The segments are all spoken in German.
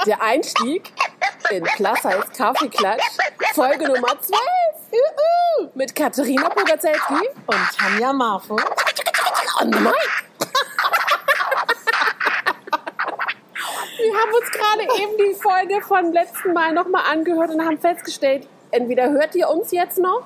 Der Einstieg in Plus Size Kaffeeklatsch, Folge Nummer 12. Mit Katharina Bogazelski und Tanja Marfo. On the mic. Wir haben uns gerade eben die Folge von letzten Mal nochmal angehört und haben festgestellt, entweder hört ihr uns jetzt noch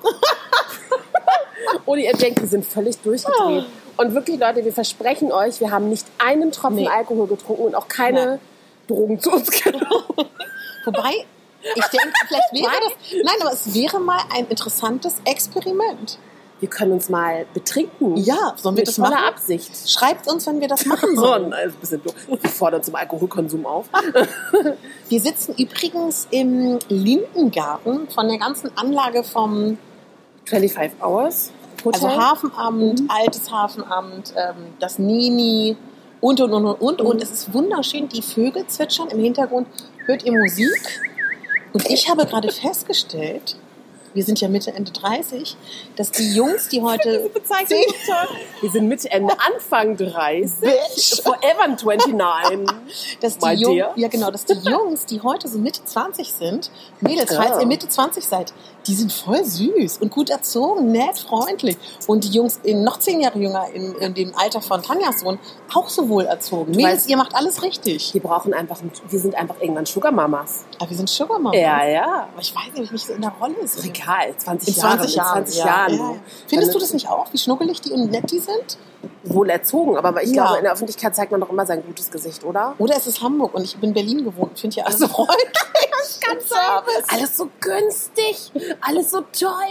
oder ihr denkt, wir sind völlig durchgedreht. Und wirklich, Leute, wir versprechen euch, wir haben nicht einen Tropfen Alkohol getrunken und auch keine Drogen zu uns genommen. Wobei, ich denke, vielleicht wäre das... Nein, aber es wäre mal ein interessantes Experiment. Wir können uns mal betrinken. Ja, sollen wir das machen? Mit voller Absicht. Schreibt uns, wenn wir das machen sollen. Ein bisschen doof. Wir fordern zum Alkoholkonsum auf. Wir sitzen übrigens im Lindengarten von der ganzen Anlage vom 25 Hours Hotel. Also Hafenamt, altes Hafenamt, das Nini und. Und es ist wunderschön, die Vögel zwitschern, im Hintergrund hört ihr Musik. Und ich habe gerade festgestellt, wir sind ja Mitte, Ende 30, dass die Jungs, die heute... Wir sind Mitte, Ende, Anfang 30. Bitch. Forever 29. Dass die Jungs, die heute so Mitte 20 sind, Mädels, falls ihr Mitte 20 seid, die sind voll süß und gut erzogen, nett, freundlich. Und die Jungs noch 10 Jahre jünger in dem Alter von Tanjas Sohn auch so wohl erzogen. Mädels, ihr macht alles richtig. Wir sind einfach irgendwann Sugar Mamas. Aber wir sind Sugar Mamas. Ja. Aber ich weiß nicht, ob ich mich so in der Rolle sehe. Egal, 20 Jahren. Ja. Findest du das nicht auch, wie schnuckelig die und nett die sind? Wohl erzogen, aber ich glaube, in der Öffentlichkeit zeigt man doch immer sein gutes Gesicht, oder? Oder es ist Hamburg und ich bin in Berlin gewohnt und finde hier alles so freundlich. Das kann sein. Alles so günstig, alles so toll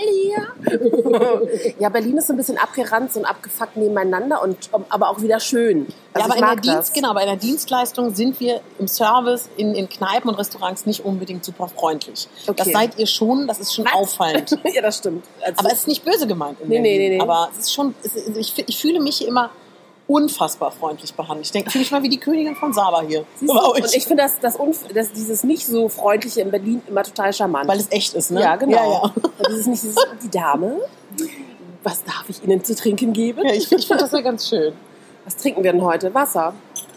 hier. Ja, Berlin ist so ein bisschen abgeranzt und abgefuckt nebeneinander, aber auch wieder schön. Also ja, aber bei einer Dienstleistung sind wir im Service in Kneipen und Restaurants nicht unbedingt super freundlich. Okay. Das seid ihr schon, das ist schon auffallend. Ja, das stimmt. Also aber es ist nicht böse gemeint. Nee. Aber es ist schon, ich fühle mich hier immer unfassbar freundlich behandelt. Ich fühle mich mal wie die Königin von Saba hier. Und ich finde dass dieses nicht so freundliche in Berlin immer total charmant. Weil es echt ist, ne? Ja, genau. Ja. Die Dame, was darf ich Ihnen zu trinken geben? Ja, ich finde das ja ganz schön. Was trinken wir denn heute? Wasser.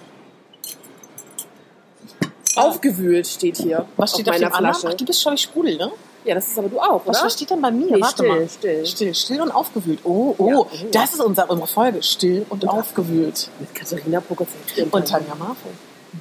Aufgewühlt steht hier. Was steht auf meiner Flasche? Ach, du bist schon Sprudel, ne? Ja, das ist aber du auch, oder? Was steht denn bei mir? Nee, Warte mal. Still und aufgewühlt. Oh. Das ist unsere Folge. Still und aufgewühlt. Mit Katharina Bogazelski und Tanja Marfo.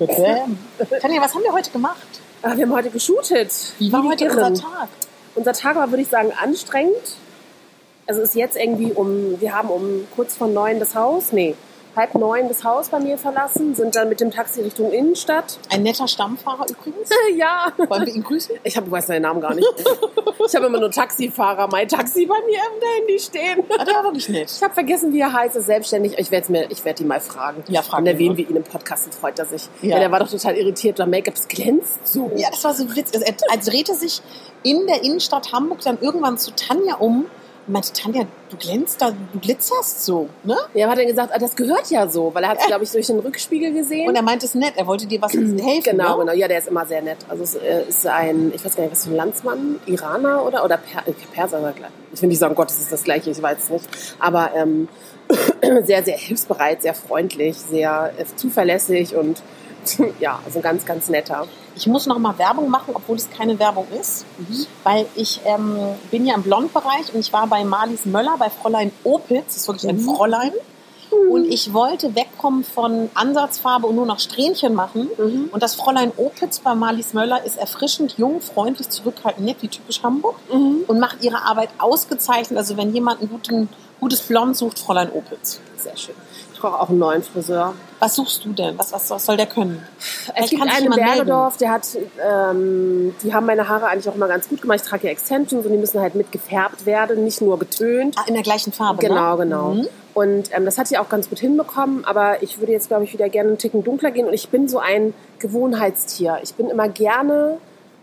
Tanja, was haben wir heute gemacht? Wir haben heute geshootet. Wie war heute unser Tag? Unser Tag war, würde ich sagen, anstrengend. Also ist jetzt irgendwie wir haben kurz vor 9 das Haus, 8:30 das Haus bei mir verlassen, sind dann mit dem Taxi Richtung Innenstadt. Ein netter Stammfahrer übrigens. Ja. Wollen wir ihn grüßen? Ich weiß seinen Namen gar nicht. Ich habe immer nur Taxifahrer, mein Taxi bei mir im Handy stehen. Der war wirklich nett. Ich habe vergessen, wie er heißt, ist selbstständig. Ich werde ihn mal fragen. Ja, fragen. Und erwähnen wir ihn im Podcast, dann freut er sich. Ja. Ja, der war doch total irritiert, der Make-up glänzt so. Ja, das war so witzig. Er drehte sich in der Innenstadt Hamburg dann irgendwann zu Tanja um. Und meinte, Tanja, du glitzerst so, ne? Ja, aber hat er gesagt, das gehört ja so, weil er hat es, glaube ich, durch den Rückspiegel gesehen. Und er meinte es nett, er wollte dir was helfen. Genau, ne? Ja, der ist immer sehr nett. Also es ist ich weiß gar nicht, was für ein Landsmann, Iraner oder Perser. Ich will nicht sagen, Gott, es ist das Gleiche, ich weiß es nicht. Aber sehr, sehr hilfsbereit, sehr freundlich, sehr zuverlässig und ja, also ganz, ganz netter. Ich muss noch mal Werbung machen, obwohl es keine Werbung ist, weil ich bin ja im Blondbereich und ich war bei Marlies Möller, bei Fräulein Opitz, das ist wirklich ein Fräulein, und ich wollte wegkommen von Ansatzfarbe und nur noch Strähnchen machen und das Fräulein Opitz bei Marlies Möller ist erfrischend, jung, freundlich, zurückhaltend, nett, wie typisch Hamburg und macht ihre Arbeit ausgezeichnet, also wenn jemand ein gutes Blond sucht, Fräulein Opitz. Sehr schön. Ich brauche auch einen neuen Friseur. Was suchst du denn? Was soll der können? Es gibt einen in Bergedorf, die haben meine Haare eigentlich auch immer ganz gut gemacht. Ich trage ja Extensions und die müssen halt mit gefärbt werden, nicht nur getönt. In der gleichen Farbe, Genau. Mhm. Und das hat sie auch ganz gut hinbekommen, aber ich würde jetzt, glaube ich, wieder gerne einen Ticken dunkler gehen und ich bin so ein Gewohnheitstier. Ich bin immer gerne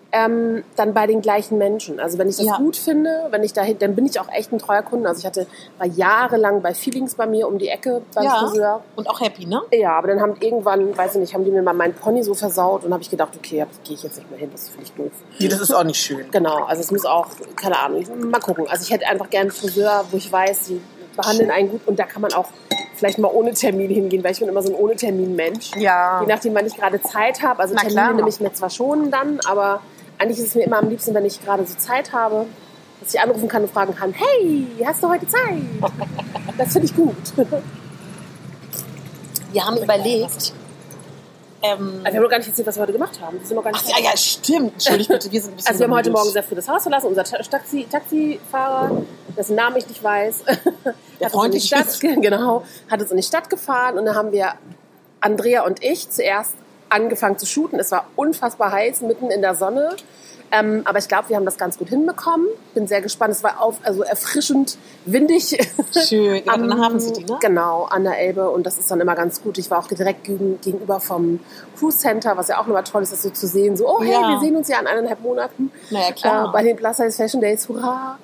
dann bei den gleichen Menschen. Also wenn ich das gut finde, dann bin ich auch echt ein treuer Kunde. Also war jahrelang bei Feelings bei mir um die Ecke beim Friseur. Und auch happy, ne? Ja, aber dann haben die mir mal meinen Pony so versaut und habe ich gedacht, okay, gehe ich jetzt nicht mehr hin, das finde ich doof. Nee, das ist auch nicht schön. Genau, also es muss auch, keine Ahnung, mal gucken. Also ich hätte einfach gerne einen Friseur, wo ich weiß, behandeln einen gut und da kann man auch vielleicht mal ohne Termin hingehen, weil ich bin immer so ein ohne Termin-Mensch. Ja. Je nachdem, wann ich gerade Zeit habe. Also Termine nehme ich mir zwar schon dann, aber eigentlich ist es mir immer am liebsten, wenn ich gerade so Zeit habe, dass ich anrufen kann und fragen kann, hey, hast du heute Zeit? Das finde ich gut. Wir haben überlegt... wir haben noch gar nicht erzählt, was wir heute gemacht haben. Wir sind noch gar nicht ja, stimmt. Entschuldigung bitte, wir sind ein bisschen... Also wir haben heute Morgen sehr früh das Haus verlassen. Unser Taxifahrer, dessen Namen ich nicht weiß, der freundlich ist. Genau, hat uns in die Stadt gefahren und dann haben wir, Andrea und ich, zuerst angefangen zu shooten. Es war unfassbar heiß, mitten in der Sonne. Aber ich glaube, wir haben das ganz gut hinbekommen. Bin sehr gespannt. Es war erfrischend windig. Schön. An der Hafen City, ne? Genau, an der Elbe. Und das ist dann immer ganz gut. Ich war auch direkt gegenüber vom Cruise Center, was ja auch nochmal toll ist, das so zu sehen. So, oh hey, wir sehen uns ja in 1,5 Monaten. Naja, klar. Bei den Plus Size Fashion Days. Hurra!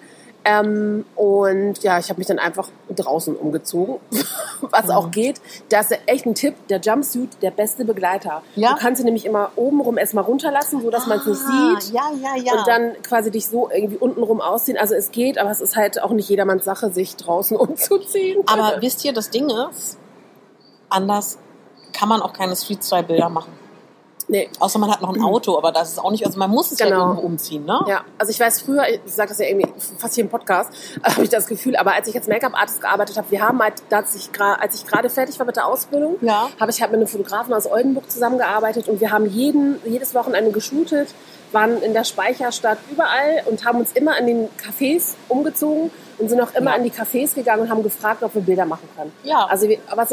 Und ja, ich habe mich dann einfach draußen umgezogen, was auch geht. Das ist echt ein Tipp, der Jumpsuit, der beste Begleiter. Ja? Du kannst ihn nämlich immer obenrum erstmal runterlassen, sodass man es nicht sieht. Ja. Und dann quasi dich so irgendwie untenrum ausziehen. Also es geht, aber es ist halt auch nicht jedermanns Sache, sich draußen umzuziehen. Aber wisst ihr, das Ding ist, anders kann man auch keine Street-Style-Bilder machen. Nee. Außer man hat noch ein Auto, aber das ist auch nicht, also man muss es ja irgendwo umziehen, ne? Ja, also ich weiß früher, ich sage das ja irgendwie fast hier im Podcast, habe ich das Gefühl, aber als ich als Make-up-Artist gearbeitet habe, wir haben halt, als ich gerade fertig war mit der Ausbildung, habe ich halt mit einem Fotografen aus Oldenburg zusammengearbeitet und wir haben jedes Wochenende geshootet, waren in der Speicherstadt überall und haben uns immer an den Cafés umgezogen und sind auch immer an die Cafés gegangen und haben gefragt, ob wir Bilder machen können. Ja. Also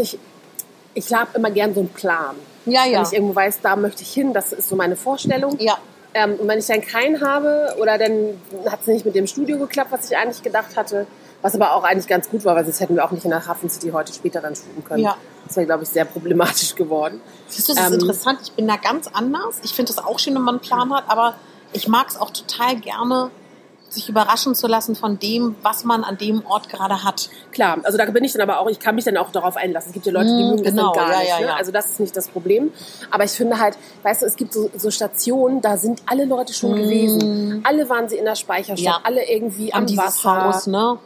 ich habe immer gern so einen Plan. Ja. Wenn ich irgendwo weiß, da möchte ich hin, das ist so meine Vorstellung. Ja. Und wenn ich dann keinen habe oder dann hat es nicht mit dem Studio geklappt, was ich eigentlich gedacht hatte, was aber auch eigentlich ganz gut war, weil sonst hätten wir auch nicht in der Hafen City heute später dann shooten können. Ja. Das wäre, glaube ich, sehr problematisch geworden. Siehst du, das ist interessant. Ich bin da ganz anders. Ich finde es auch schön, wenn man einen Plan hat, aber ich mag es auch total gerne, sich überraschen zu lassen von dem, was man an dem Ort gerade hat. Klar, also da bin ich dann aber auch, ich kann mich dann auch darauf einlassen. Es gibt ja Leute, die mögen das dann gar nicht. Ne? Also das ist nicht das Problem. Aber ich finde halt, weißt du, es gibt so Stationen, da sind alle Leute schon gewesen. Alle waren sie in der Speicherstadt, alle irgendwie am Wasser. Haus, ne?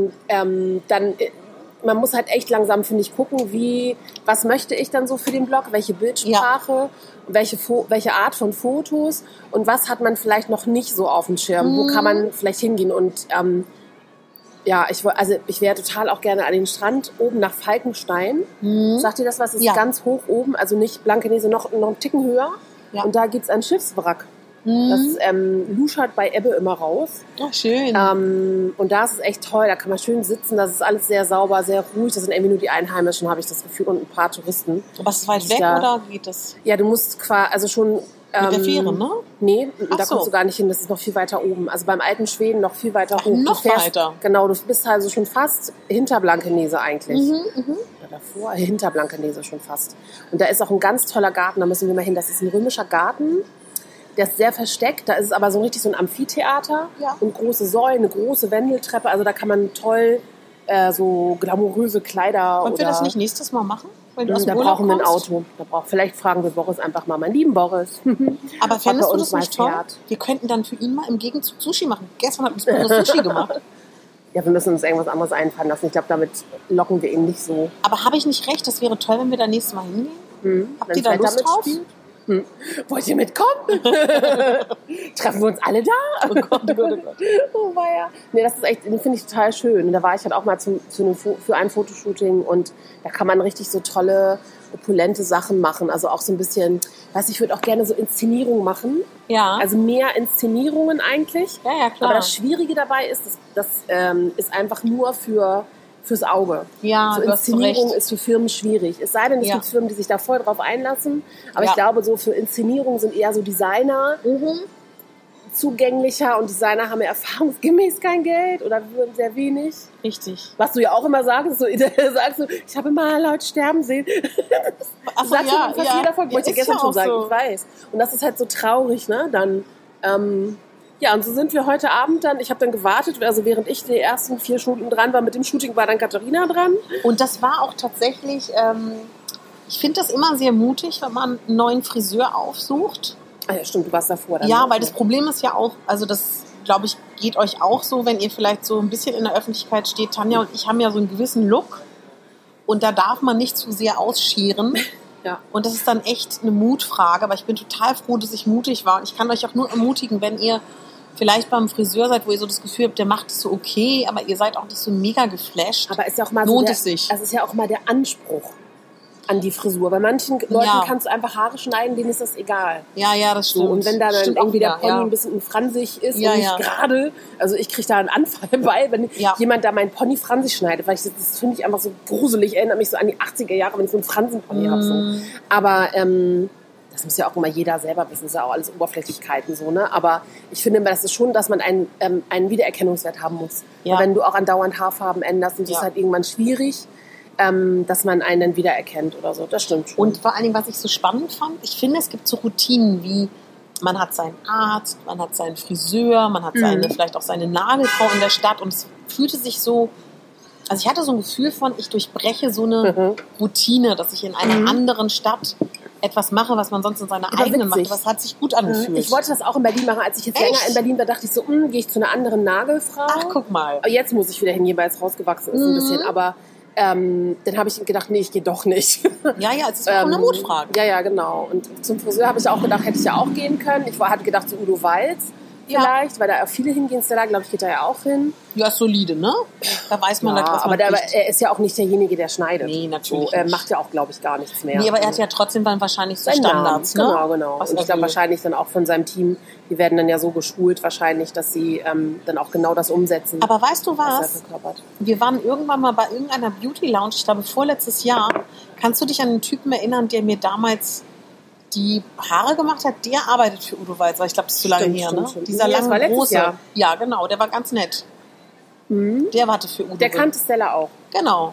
Man muss halt echt langsam, finde ich, gucken, was möchte ich dann so für den Blog, welche Bildsprache, welche Art von Fotos und was hat man vielleicht noch nicht so auf dem Schirm, wo kann man vielleicht hingehen und ich wäre total auch gerne an den Strand oben nach Falkenstein. Sagt ihr das was? Das ist ganz hoch oben, also nicht Blankenese, noch einen Ticken höher und da gibt's ein Schiffswrack. Das luschert bei Ebbe immer raus. Ach, schön. Und da ist es echt toll, da kann man schön sitzen, das ist alles sehr sauber, sehr ruhig. Das sind irgendwie nur die Einheimischen, habe ich das Gefühl, und ein paar Touristen. Aber ist es weit weg oder geht das? Ja, du musst schon... Mit der Fähre, ne? Nee, da kommst du gar nicht hin, das ist noch viel weiter oben. Also beim alten Schweden noch viel weiter hoch. Noch weiter? Genau, du bist also schon fast hinter Blankenese eigentlich. Oder davor, hinter Blankenese schon fast. Und da ist auch ein ganz toller Garten, da müssen wir mal hin. Das ist ein römischer Garten. Der ist sehr versteckt, da ist es aber so richtig so ein Amphitheater und große Säulen, eine große Wendeltreppe, also da kann man toll so glamouröse Kleider. Wollen wir das nicht nächstes Mal machen? Wenn du aus dem da Urlaub brauchen wir ein kommst? Auto. Vielleicht fragen wir Boris einfach mal, meinen lieben Boris. Aber fändest du das nicht toll? Wir könnten dann für ihn mal im Gegenzug Sushi machen. Gestern hat uns Boris Sushi gemacht. Ja, wir müssen uns irgendwas anderes einfallen lassen. Ich glaube, damit locken wir ihn nicht so. Aber habe ich nicht recht, das wäre toll, wenn wir da nächstes Mal hingehen? Habt ihr da Lust drauf? Wollt ihr mitkommen? Treffen wir uns alle da? Oh Gott, oh Gott, oh Gott. Oh weia. Nee, das ist echt, den finde ich total schön. Und da war ich halt auch mal für ein Fotoshooting und da kann man richtig so tolle, opulente Sachen machen. Also auch so ein bisschen, ich würde auch gerne so Inszenierungen machen. Ja. Also mehr Inszenierungen eigentlich. Ja, klar. Aber das Schwierige dabei ist, das ist einfach nur fürs Auge. Ja, so Inszenierung ist für Firmen schwierig. Es sei denn, es gibt Firmen, die sich da voll drauf einlassen. Aber ich glaube, so für Inszenierung sind eher so Designer zugänglicher und Designer haben ja erfahrungsgemäß kein Geld oder sehr wenig. Richtig. Was du ja auch immer sagst, sagst du, ich habe immer Leute sterben sehen. Das sagst du fast jeder Folge, wollte ich gestern schon sagen, ich weiß. Und das ist halt so traurig, ne? Dann, und so sind wir heute Abend dann, ich habe dann gewartet, also während ich die ersten 4 Stunden dran war, mit dem Shooting war dann Katharina dran. Und das war auch tatsächlich, ich finde das immer sehr mutig, wenn man einen neuen Friseur aufsucht. Ah ja, stimmt, du warst davor. Dann weil das Problem ist ja auch, also das, glaube ich, geht euch auch so, wenn ihr vielleicht so ein bisschen in der Öffentlichkeit steht. Tanja und ich haben ja so einen gewissen Look und da darf man nicht zu sehr ausscheren. Ja. Und das ist dann echt eine Mutfrage, aber ich bin total froh, dass ich mutig war. Und ich kann euch auch nur ermutigen, wenn ihr vielleicht beim Friseur seid, wo ihr so das Gefühl habt, der macht es so okay, aber ihr seid auch nicht so mega geflasht. Aber ist ja auch mal lohnt so es sich. Das ist ja auch mal der Anspruch an die Frisur. Bei manchen Leuten kannst du einfach Haare schneiden, denen ist das egal. Ja, das stimmt. So, und wenn da dann irgendwie der Pony ja. ein bisschen fransig ist Ja, und nicht gerade, also ich kriege da einen Anfall bei, wenn jemand da meinen Pony fransig schneidet, weil das finde ich einfach so gruselig, erinnert mich so an die 80er Jahre, wenn ich so einen Fransenpony habe. So. Aber das muss ja auch immer jeder selber wissen, das ist ja auch alles Oberflächlichkeiten so, ne? Aber ich finde immer, das ist schon, dass man einen Wiedererkennungswert haben muss. Ja. Und wenn du auch andauernd Haarfarben änderst, und das ist halt irgendwann schwierig, dass man einen dann wiedererkennt oder so. Das stimmt schon. Und vor allen Dingen, was ich so spannend fand, ich finde, es gibt so Routinen wie, man hat seinen Arzt, man hat seinen Friseur, man hat vielleicht auch seine Nagelfrau in der Stadt und es fühlte sich so, also ich hatte so ein Gefühl von, ich durchbreche so eine Routine, dass ich in einer anderen Stadt etwas mache, was man sonst in seiner eigenen macht. Das hat sich gut angefühlt. Ich wollte das auch in Berlin machen. Als ich jetzt länger in Berlin war, dachte ich so, gehe ich zu einer anderen Nagelfrau. Ach, guck mal. Jetzt muss ich wieder hingehen, weil es rausgewachsen ist ein bisschen. Aber dann habe ich gedacht, nee, ich gehe doch nicht. Ja, es ist auch eine Mutfrage. Ja, genau. Und zum Friseur habe ich auch gedacht, hätte ich ja auch gehen können. Ich hatte gedacht, zu Udo Walz vielleicht, weil da auch viele hingehen. Stella, glaube ich, geht da ja auch hin. Ja, ist solide, ne? Da weiß man was aber er ist ja auch nicht derjenige, der schneidet. Nee, natürlich Er macht ja auch, glaube ich, gar nichts mehr. Nee, aber er hat ja trotzdem dann wahrscheinlich so Standards, Namen. ne? Genau. Und ich glaube wahrscheinlich dann auch von seinem Team, die werden dann ja so geschult wahrscheinlich, dass sie dann auch genau das umsetzen. Aber weißt du was? Wir waren irgendwann mal bei irgendeiner Beauty Lounge, ich glaube vorletztes Jahr. Kannst du dich an einen Typen erinnern, der mir damals die Haare gemacht hat? Der arbeitet für Udo Walz. Ich glaube, das ist zu lange her, ne? Stimmt. Dieser lange, große. Jahr. Ja, genau. Der war ganz nett. Der warte für Udo. Der kannte Stella auch. Genau.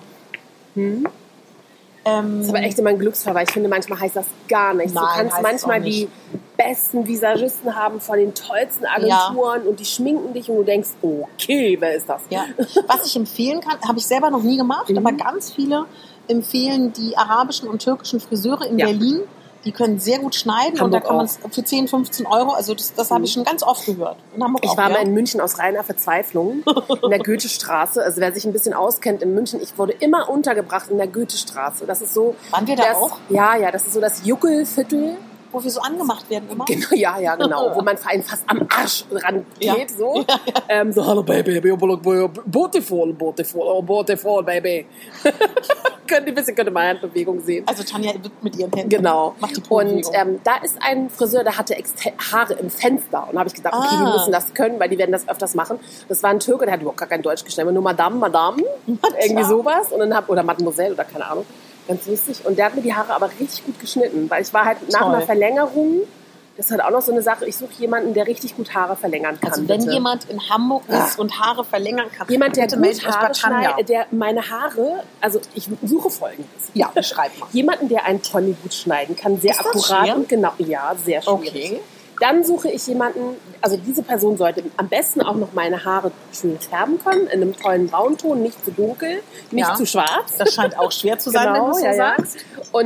Das ist aber echt immer ein Glücksfall, weil ich finde, manchmal heißt das gar nichts. Nein, du kannst manchmal die besten Visagisten haben von den tollsten Agenturen und die schminken dich und du denkst, okay, wer ist das? Ja. Was ich empfehlen kann, habe ich selber noch nie gemacht, aber ganz viele empfehlen die arabischen und türkischen Friseure in Berlin. Die können sehr gut schneiden Hamburg und da kann man es für 10, 15 Euro, also das habe ich schon ganz oft gehört. Ich war mal in München aus reiner Verzweiflung in der Goethestraße. Also wer sich ein bisschen auskennt in München, ich wurde immer untergebracht in der Goethestraße. Das ist so. Waren wir da auch? Ja, das ist so das Juckelviertel. Wo wir so angemacht werden immer? Genau, ja, genau. Wo man fast am Arsch ran geht, so. So, hallo Baby, beautiful, Baby. Könnte man Handbewegung sehen. Also Tanja wird mit ihren Händen. Genau. Macht die und da ist ein Friseur, der hatte Haare im Fenster. Und da habe ich gedacht, okay, die müssen das können, weil die werden das öfters machen. Das war ein Türke, der hat überhaupt gar kein Deutsch geschrieben, nur Madame, irgendwie sowas. Und dann oder Mademoiselle oder keine Ahnung. Ganz lustig. Und der hat mir die Haare aber richtig gut geschnitten, weil ich war halt nach einer Verlängerung, das ist halt auch noch so eine Sache, ich suche jemanden, der richtig gut Haare verlängern kann. Also wenn jemand in Hamburg ist und Haare verlängern kann, jemand, der gut Haare schneidet, der meine Haare, also ich suche Folgendes. Ja, beschreib mal. Jemanden, der ein Pony gut schneiden kann, sehr akkurat und genau, ja, sehr schwierig. Okay. Dann suche ich jemanden, also diese Person sollte am besten auch noch meine Haare schön färben können, in einem tollen Braunton, nicht zu dunkel, nicht zu schwarz. Das scheint auch schwer zu sein, wenn du es so sagst.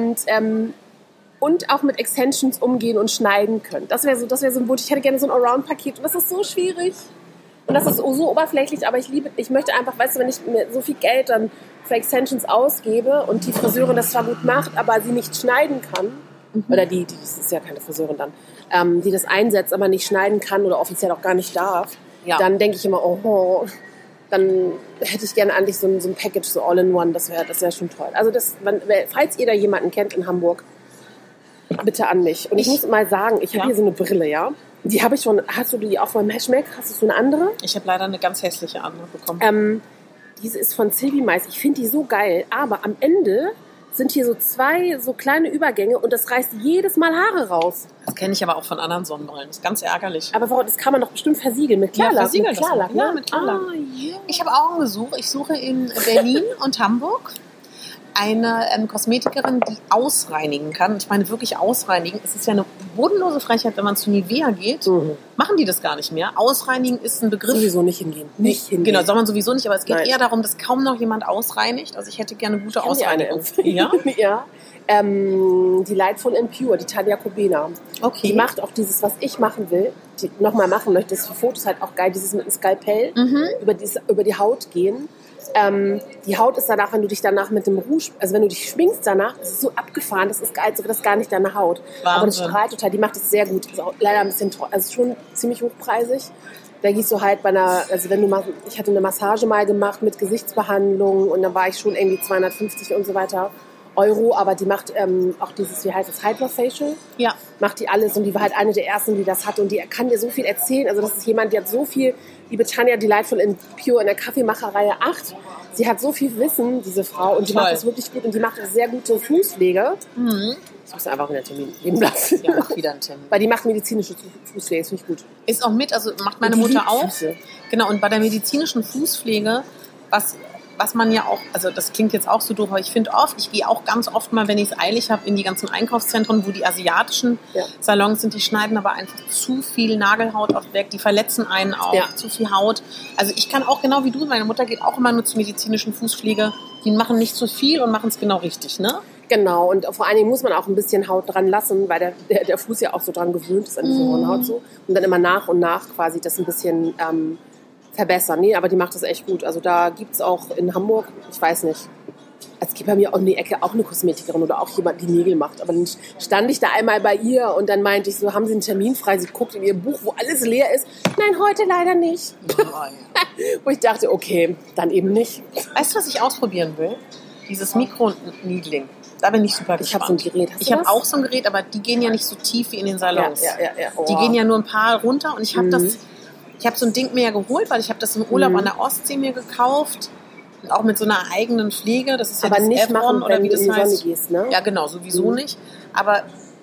Und auch mit Extensions umgehen und schneiden können. Das wäre so ein Wunsch. Ich hätte gerne so ein Allround-Paket und das ist so schwierig. Und das ist so oberflächlich, aber ich möchte einfach, weißt du, wenn ich mir so viel Geld dann für Extensions ausgebe und die Friseurin das zwar gut macht, aber sie nicht schneiden kann, oder das ist ja keine Friseurin dann, die das einsetzt, aber nicht schneiden kann oder offiziell auch gar nicht darf, dann denke ich immer, dann hätte ich gerne eigentlich so ein Package, so All-in-One, das wäre schon toll. Also falls ihr da jemanden kennt in Hamburg, bitte an mich. Und ich muss mal sagen, ich habe hier so eine Brille, ja. Die habe ich schon, hast du die auch von Hashmack? Hast du so eine andere? Ich habe leider eine ganz hässliche andere bekommen. Diese ist von Sylvie Mais. Ich finde die so geil, aber am Ende sind hier so 2 so kleine Übergänge und das reißt jedes Mal Haare raus. Das kenne ich aber auch von anderen Sonnenbrillen. Das ist ganz ärgerlich. Aber warum, das kann man doch bestimmt versiegeln mit Klarlack. Ja, mit Klarlack. Ja, mit Klarlack. Ich habe auch einen Besuch. Ich suche in Berlin und Hamburg eine Kosmetikerin, die ausreinigen kann. Ich meine wirklich ausreinigen. Es ist ja eine bodenlose Frechheit, wenn man zu Nivea geht. Machen die das gar nicht mehr. Ausreinigen ist ein Begriff. Sowieso nicht hingehen. Nicht hingehen. Genau, soll man sowieso nicht. Aber es geht eher darum, dass kaum noch jemand ausreinigt. Also ich hätte gerne gute Ausreinigung. Ja. Delightful and Pure, die Tanja Kobena. Okay. Die macht auch dieses, was ich machen will, die nochmal machen möchte, das ist für Fotos halt auch geil, dieses mit dem Skalpell über die Haut gehen. Die Haut ist danach, wenn du dich danach mit dem Rouge, also wenn du dich schminkst danach, das ist so abgefahren, das ist geil, so wird das gar nicht deine Haut. Wahnsinn. Aber das strahlt total, die macht das sehr gut. Ist auch leider ein bisschen teuer, also schon ziemlich hochpreisig. Da gehst du halt bei einer, also wenn du mal, ich hatte eine Massage mal gemacht mit Gesichtsbehandlung und dann war ich schon irgendwie 250 und so weiter Euro, aber die macht auch dieses, wie heißt das, Hydrofacial. Ja. Macht die alles und die war halt eine der ersten, die das hatte und die kann dir so viel erzählen. Also das ist jemand, die hat so viel, liebe Tanja, Delightful and Pure in der Kaffeemacherreihe 8. Sie hat so viel Wissen, diese Frau, und die macht das wirklich gut und die macht sehr gute Fußpflege. Ich muss einfach wieder einen Termin geben lassen. Ja, mach wieder einen Termin. Weil die macht medizinische Fußpflege, das finde ich gut. Ist auch mit, also macht meine Und die Mutter liebt auch. Füße. Genau, und bei der medizinischen Fußpflege, was man ja auch, also das klingt jetzt auch so doof, aber ich finde ich gehe auch ganz oft mal, wenn ich es eilig habe, in die ganzen Einkaufszentren, wo die asiatischen Salons sind, die schneiden aber einfach zu viel Nagelhaut oft weg, die verletzen einen auch, zu viel Haut. Also ich kann auch genau wie du, meine Mutter geht auch immer nur zur medizinischen Fußpflege, die machen nicht so viel und machen es genau richtig, ne? Genau, und vor allen Dingen muss man auch ein bisschen Haut dran lassen, weil der Fuß ja auch so dran gewöhnt ist an diese Hornhaut so. Und dann immer nach und nach quasi das ein bisschen verbessern. Nee, aber die macht das echt gut. Also da gibt es auch in Hamburg, ich weiß nicht, es gibt bei mir auch in die Ecke auch eine Kosmetikerin oder auch jemand, die Nägel macht. Aber dann stand ich da einmal bei ihr und dann meinte ich so, haben Sie einen Termin frei? Sie guckt in ihr Buch, wo alles leer ist. Nein, heute leider nicht. Wo ich dachte, okay, dann eben nicht. Weißt du, was ich ausprobieren will? Dieses Mikro-Needling. Da bin ich super gespannt. Ich habe so ein Gerät. Ich habe auch so ein Gerät, aber die gehen ja nicht so tief wie in den Salons. Ja. Oh. Die gehen ja nur ein paar runter und ich habe so ein Ding mir ja geholt, weil ich habe das im Urlaub an der Ostsee mir gekauft. Und auch mit so einer eigenen Pflege. Das ist ja aber das nicht Evron, machen, oder wie wenn das du in die heißt. Sonne gehst, ne? Ja, genau, sowieso nicht. Aber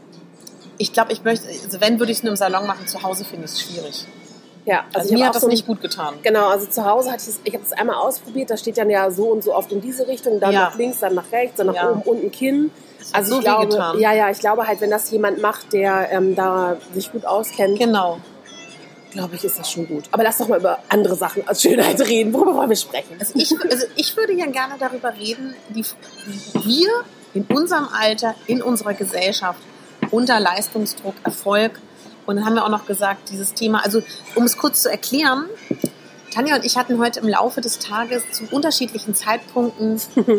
ich glaube, ich möchte, also wenn, würde ich es nur im Salon machen. Zu Hause finde ich es schwierig. Ja, also mir hat das nicht gut getan. Genau, also zu Hause ich habe es einmal ausprobiert, da steht dann ja so und so oft in diese Richtung, dann nach links, dann nach rechts, dann nach oben, unten Kinn. Also so ich glaube, getan. ich glaube halt, wenn das jemand macht, der da sich gut auskennt, genau, glaube ich, ist das schon gut. Aber lass doch mal über andere Sachen als Schönheit reden. Worüber wollen wir sprechen? Also ich würde ja gerne darüber reden, wie wir in unserem Alter, in unserer Gesellschaft unter Leistungsdruck, Erfolg. Und dann haben wir auch noch gesagt, dieses Thema, also um es kurz zu erklären, Tanja und ich hatten heute im Laufe des Tages zu unterschiedlichen Zeitpunkten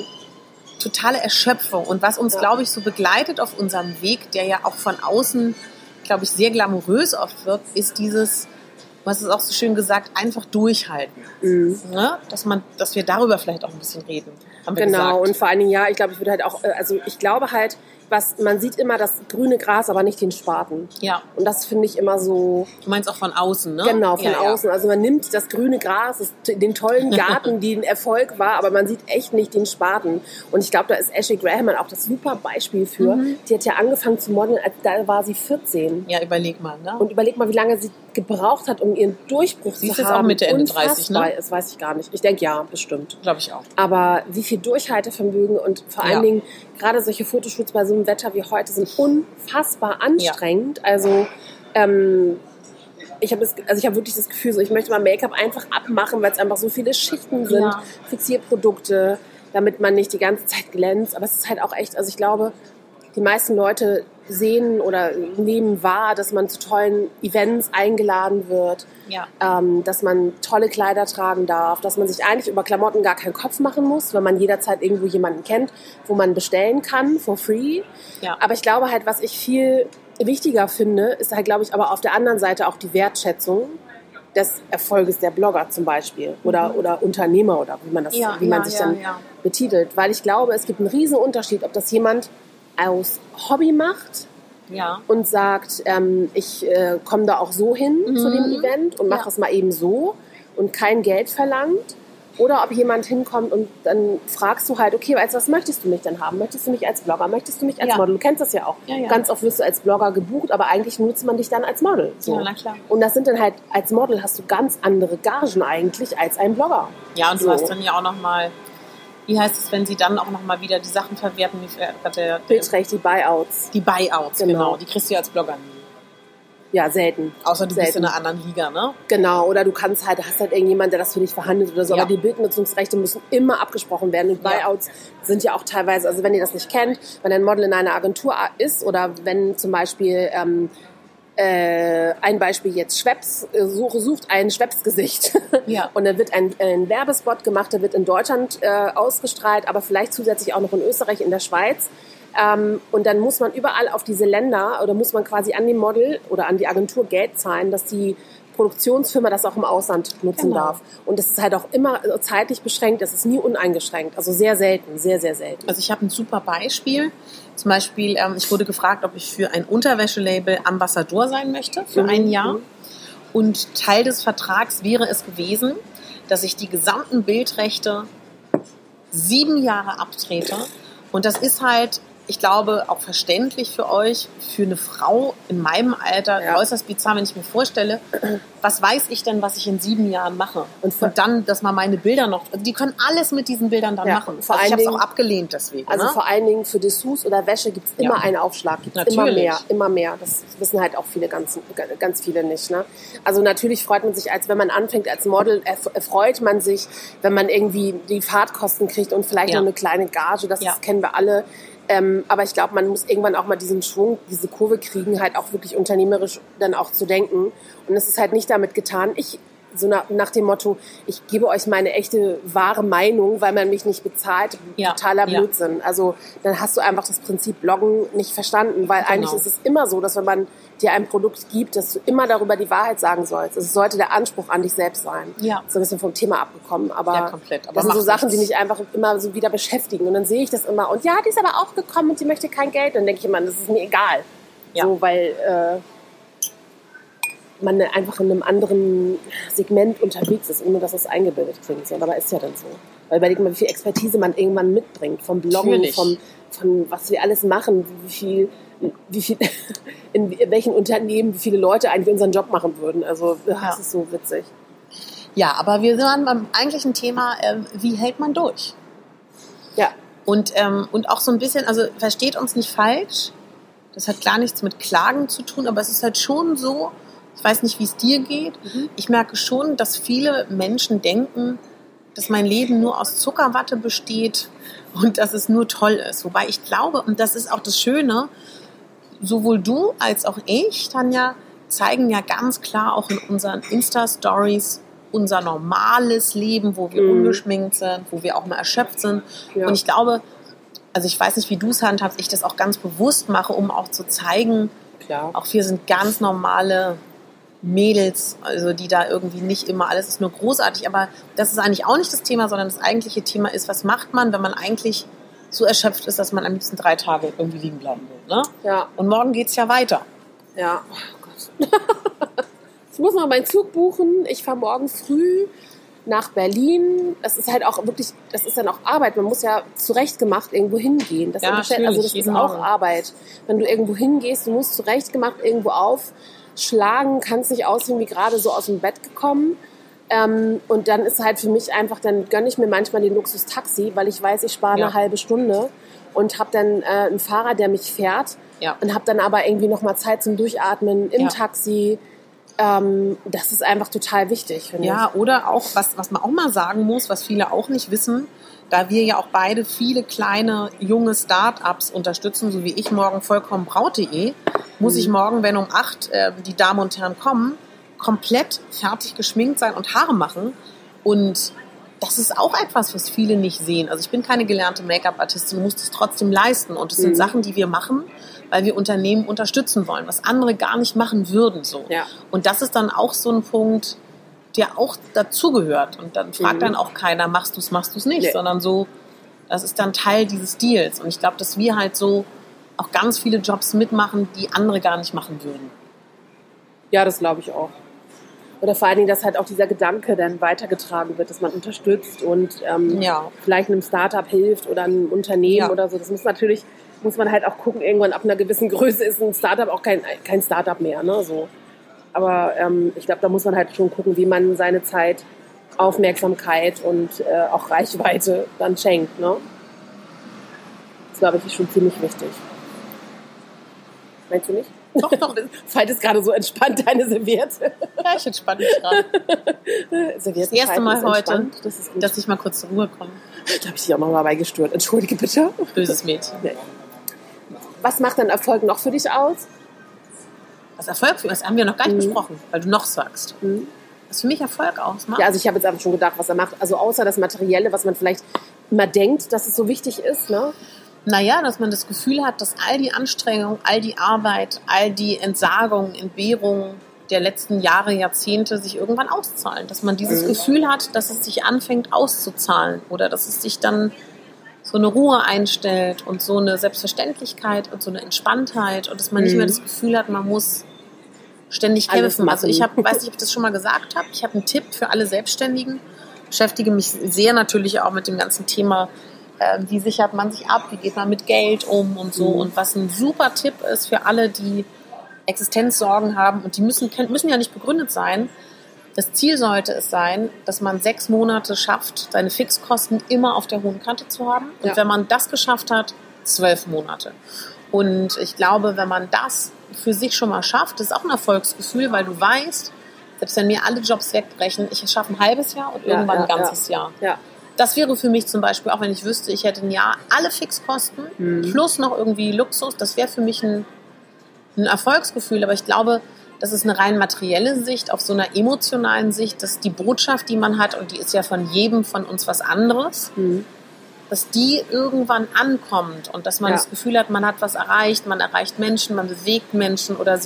totale Erschöpfung. Und was uns, glaube ich, so begleitet auf unserem Weg, der ja auch von außen, glaube ich, sehr glamourös oft wirkt, ist dieses, du hast es auch so schön gesagt, einfach durchhalten. Ne? Dass wir darüber vielleicht auch ein bisschen reden. Haben wir gesagt. Und vor allen Dingen, ich glaube, ich würde halt auch, also ich glaube halt, man sieht immer das grüne Gras, aber nicht den Spaten. Ja. Und das finde ich immer so. Du meinst auch von außen, ne? Genau, von außen. Also man nimmt das grüne Gras, den tollen Garten, den Erfolg war, aber man sieht echt nicht den Spaten. Und ich glaube, da ist Ashley Graham auch das super Beispiel für. Die hat ja angefangen zu modeln, da war sie 14. Ja, überleg mal, ne? Und überleg mal, wie lange sie gebraucht hat, um ihren Durchbruch zu haben. Sie ist auch Mitte, Ende 30, ne? Das weiß ich gar nicht. Ich denke, ja, bestimmt. Glaube ich auch. Aber wie viel Durchhaltevermögen und vor allen Dingen gerade solche Fotoshoots bei so einem Wetter wie heute sind unfassbar anstrengend. Also ich habe wirklich das Gefühl, so, ich möchte mal Make-up einfach abmachen, weil es einfach so viele Schichten sind, Fixierprodukte, damit man nicht die ganze Zeit glänzt. Aber es ist halt auch echt, also ich glaube, die meisten Leute sehen oder nehmen wahr, dass man zu tollen Events eingeladen wird, dass man tolle Kleider tragen darf, dass man sich eigentlich über Klamotten gar keinen Kopf machen muss, weil man jederzeit irgendwo jemanden kennt, wo man bestellen kann, for free. Ja. Aber ich glaube halt, was ich viel wichtiger finde, ist halt, glaube ich, aber auf der anderen Seite auch die Wertschätzung des Erfolges der Blogger zum Beispiel oder Unternehmer oder wie man sich dann betitelt. Weil ich glaube, es gibt einen riesen Unterschied, ob das jemand aus Hobby macht und sagt, ich komme da auch so hin zu dem Event und mache es mal eben so und kein Geld verlangt. Oder ob jemand hinkommt und dann fragst du halt, okay, was möchtest du mich denn haben? Möchtest du mich als Blogger? Möchtest du mich als Model? Du kennst das ja auch. Ja. Ganz oft wirst du als Blogger gebucht, aber eigentlich nutzt man dich dann als Model. So. Ja, na klar. Und das sind dann halt, als Model hast du ganz andere Gagen eigentlich als ein Blogger. Ja, und du hast dann ja auch nochmal, wie heißt es, wenn sie dann auch nochmal wieder die Sachen verwerten, wie Bildrecht, die Buyouts. Die Buyouts, genau. Die kriegst du ja als Blogger nie. Ja, selten. Außer du bist in einer anderen Liga, ne? Genau, oder hast halt irgendjemand, der das für dich verhandelt oder so. Ja. Aber die Bildnutzungsrechte müssen immer abgesprochen werden. Und Buyouts sind ja auch teilweise, also wenn ihr das nicht kennt, wenn ein Model in einer Agentur ist oder wenn zum Beispiel ein Beispiel jetzt Schweppes sucht ein Schweppes-Gesicht und dann wird ein Werbespot gemacht, der wird in Deutschland ausgestrahlt, aber vielleicht zusätzlich auch noch in Österreich, in der Schweiz. Und dann muss man überall auf diese Länder oder muss man quasi an die Model oder an die Agentur Geld zahlen, dass die Produktionsfirma das auch im Ausland nutzen darf. Und das ist halt auch immer zeitlich beschränkt, das ist nie uneingeschränkt. Also sehr selten, sehr, sehr selten. Also ich habe ein super Beispiel. Zum Beispiel, ich wurde gefragt, ob ich für ein Unterwäschelabel Ambassador sein möchte für ein Jahr. Und Teil des Vertrags wäre es gewesen, dass ich die gesamten Bildrechte 7 Jahre abtrete. Und das ist halt, ich glaube, auch verständlich für euch, für eine Frau in meinem Alter, äußerst bizarr, wenn ich mir vorstelle, was weiß ich denn, was ich in 7 Jahren mache? Und dann, dass man meine Bilder noch, also die können alles mit diesen Bildern dann machen. Also ich habe es auch abgelehnt deswegen. Also vor allen Dingen für Dessous oder Wäsche gibt es immer einen Aufschlag, gibt's immer mehr. Das wissen halt auch ganz viele nicht. Ne? Also natürlich freut man sich, wenn man anfängt als Model, freut man sich, wenn man irgendwie die Fahrtkosten kriegt und vielleicht noch eine kleine Gage, das kennen wir alle. Aber ich glaube, man muss irgendwann auch mal diesen Schwung, diese Kurve kriegen, halt auch wirklich unternehmerisch dann auch zu denken. Und es ist halt nicht damit getan, so nach dem Motto, ich gebe euch meine echte, wahre Meinung, weil man mich nicht bezahlt. Totaler Blödsinn. Also dann hast du einfach das Prinzip Bloggen nicht verstanden, weil eigentlich ist es immer so, dass wenn man dir ein Produkt gibt, dass du immer darüber die Wahrheit sagen sollst. Es sollte der Anspruch an dich selbst sein. Ja. So ein bisschen vom Thema abgekommen. Aber, komplett. Aber das sind so Sachen, die mich einfach immer so wieder beschäftigen. Und dann sehe ich das immer. Und die ist aber auch gekommen und die möchte kein Geld. Und dann denke ich immer, das ist mir egal. Ja. So, weil man einfach in einem anderen Segment unterwegs ist, ohne dass es eingebildet klingt. Aber ist ja dann so. Weil überleg mal, wie viel Expertise man irgendwann mitbringt. Vom Bloggen, von was wir alles machen, wie viel in welchen Unternehmen, wie viele Leute eigentlich unseren Job machen würden. Also das ist so witzig. Ja, aber wir sind beim eigentlichen Thema, wie hält man durch? Ja. Und auch so ein bisschen, also versteht uns nicht falsch, das hat gar nichts mit Klagen zu tun, aber es ist halt schon so, ich weiß nicht, wie es dir geht, ich merke schon, dass viele Menschen denken, dass mein Leben nur aus Zuckerwatte besteht und dass es nur toll ist. Wobei ich glaube, und das ist auch das Schöne, sowohl du als auch ich, Tanja, zeigen ja ganz klar auch in unseren Insta-Stories unser normales Leben, wo wir ungeschminkt sind, wo wir auch mal erschöpft sind. Ja. Und ich glaube, also ich weiß nicht, wie du es handhabst, ich das auch ganz bewusst mache, um auch zu zeigen, auch wir sind ganz normale Mädels, also die da irgendwie nicht immer, alles ist nur großartig, aber das ist eigentlich auch nicht das Thema, sondern das eigentliche Thema ist, was macht man, wenn man eigentlich so erschöpft ist, dass man am liebsten 3 Tage irgendwie liegen bleiben will. Ne? Ja. Und morgen geht's ja weiter. Ja, oh Gott. Ich muss mal meinen Zug buchen. Ich fahre morgen früh nach Berlin. Das ist halt auch wirklich, das ist dann auch Arbeit. Man muss ja zurechtgemacht irgendwo hingehen. Das das ist auch Arbeit. Wenn du irgendwo hingehst, du musst zurechtgemacht irgendwo aufschlagen, kannst nicht aussehen wie gerade so aus dem Bett gekommen. Und dann ist halt für mich einfach, dann gönne ich mir manchmal den Luxus-Taxi, weil ich weiß, ich spare eine halbe Stunde und habe dann einen Fahrer, der mich fährt und habe dann aber irgendwie nochmal Zeit zum Durchatmen im Taxi. Das ist einfach total wichtig, finde ich. Ja, oder auch, was man auch mal sagen muss, was viele auch nicht wissen, da wir ja auch beide viele kleine, junge Start-ups unterstützen, so wie ich morgen vollkommen braut.de, muss ich morgen, wenn um 8 die Damen und Herren kommen, komplett fertig geschminkt sein und Haare machen. Und das ist auch etwas, was viele nicht sehen. Also ich bin keine gelernte Make-up-Artistin, muss das trotzdem leisten. Und es sind Sachen, die wir machen, weil wir Unternehmen unterstützen wollen, was andere gar nicht machen würden. So. Ja. Und das ist dann auch so ein Punkt, der auch dazugehört. Und dann fragt dann auch keiner, machst du es nicht, sondern so, das ist dann Teil dieses Deals. Und ich glaube, dass wir halt so auch ganz viele Jobs mitmachen, die andere gar nicht machen würden. Ja, das glaube ich auch. Oder vor allen Dingen, dass halt auch dieser Gedanke dann weitergetragen wird, dass man unterstützt und vielleicht einem Startup hilft oder einem Unternehmen oder so. Das muss man halt auch gucken, irgendwann ab einer gewissen Größe ist ein Startup auch kein Startup mehr. Ne? So. Aber ich glaube, da muss man halt schon gucken, wie man seine Zeit, Aufmerksamkeit und auch Reichweite dann schenkt. Ne? Das, glaube ich, ist schon ziemlich wichtig. Meinst du nicht? Doch. Faltest gerade so entspannt deine Serviette. Ja, ich entspanne mich gerade. Das erste Mal heute, dass ich mal kurz zur Ruhe komme. Da habe ich dich auch noch mal beigestört. Entschuldige bitte. Böses Mädchen. Nee. Was macht denn Erfolg noch für dich aus? Was Erfolg für uns haben wir noch gar nicht besprochen, weil du noch sagst. Was für mich Erfolg ausmacht? Ja, also ich habe jetzt einfach schon gedacht, was er macht. Also außer das Materielle, was man vielleicht immer denkt, dass es so wichtig ist, ne? Naja, dass man das Gefühl hat, dass all die Anstrengung, all die Arbeit, all die Entsagungen, Entbehrungen der letzten Jahre, Jahrzehnte sich irgendwann auszahlen. Dass man dieses Gefühl hat, dass es sich anfängt auszuzahlen oder dass es sich dann so eine Ruhe einstellt und so eine Selbstverständlichkeit und so eine Entspanntheit und dass man nicht mehr das Gefühl hat, man muss ständig kämpfen. Also ich weiß nicht, ob ich das schon mal gesagt habe. Ich habe einen Tipp für alle Selbstständigen. Ich beschäftige mich sehr natürlich auch mit dem ganzen Thema, wie sichert man sich ab, wie geht man mit Geld um und so. Und was ein super Tipp ist für alle, die Existenzsorgen haben und die müssen ja nicht begründet sein. Das Ziel sollte es sein, dass man 6 Monate schafft, seine Fixkosten immer auf der hohen Kante zu haben. Und wenn man das geschafft hat, 12 Monate. Und ich glaube, wenn man das für sich schon mal schafft, das ist auch ein Erfolgsgefühl, weil du weißt, selbst wenn mir alle Jobs wegbrechen, ich schaffe ein halbes Jahr und irgendwann ein ganzes Jahr. Ja. Das wäre für mich zum Beispiel, auch wenn ich wüsste, ich hätte ein Jahr alle Fixkosten plus noch irgendwie Luxus, das wäre für mich ein Erfolgsgefühl. Aber ich glaube, das ist eine rein materielle Sicht, auf so einer emotionalen Sicht, dass die Botschaft, die man hat, und die ist ja von jedem von uns was anderes, dass die irgendwann ankommt und dass man das Gefühl hat, man hat was erreicht, man erreicht Menschen, man bewegt Menschen oder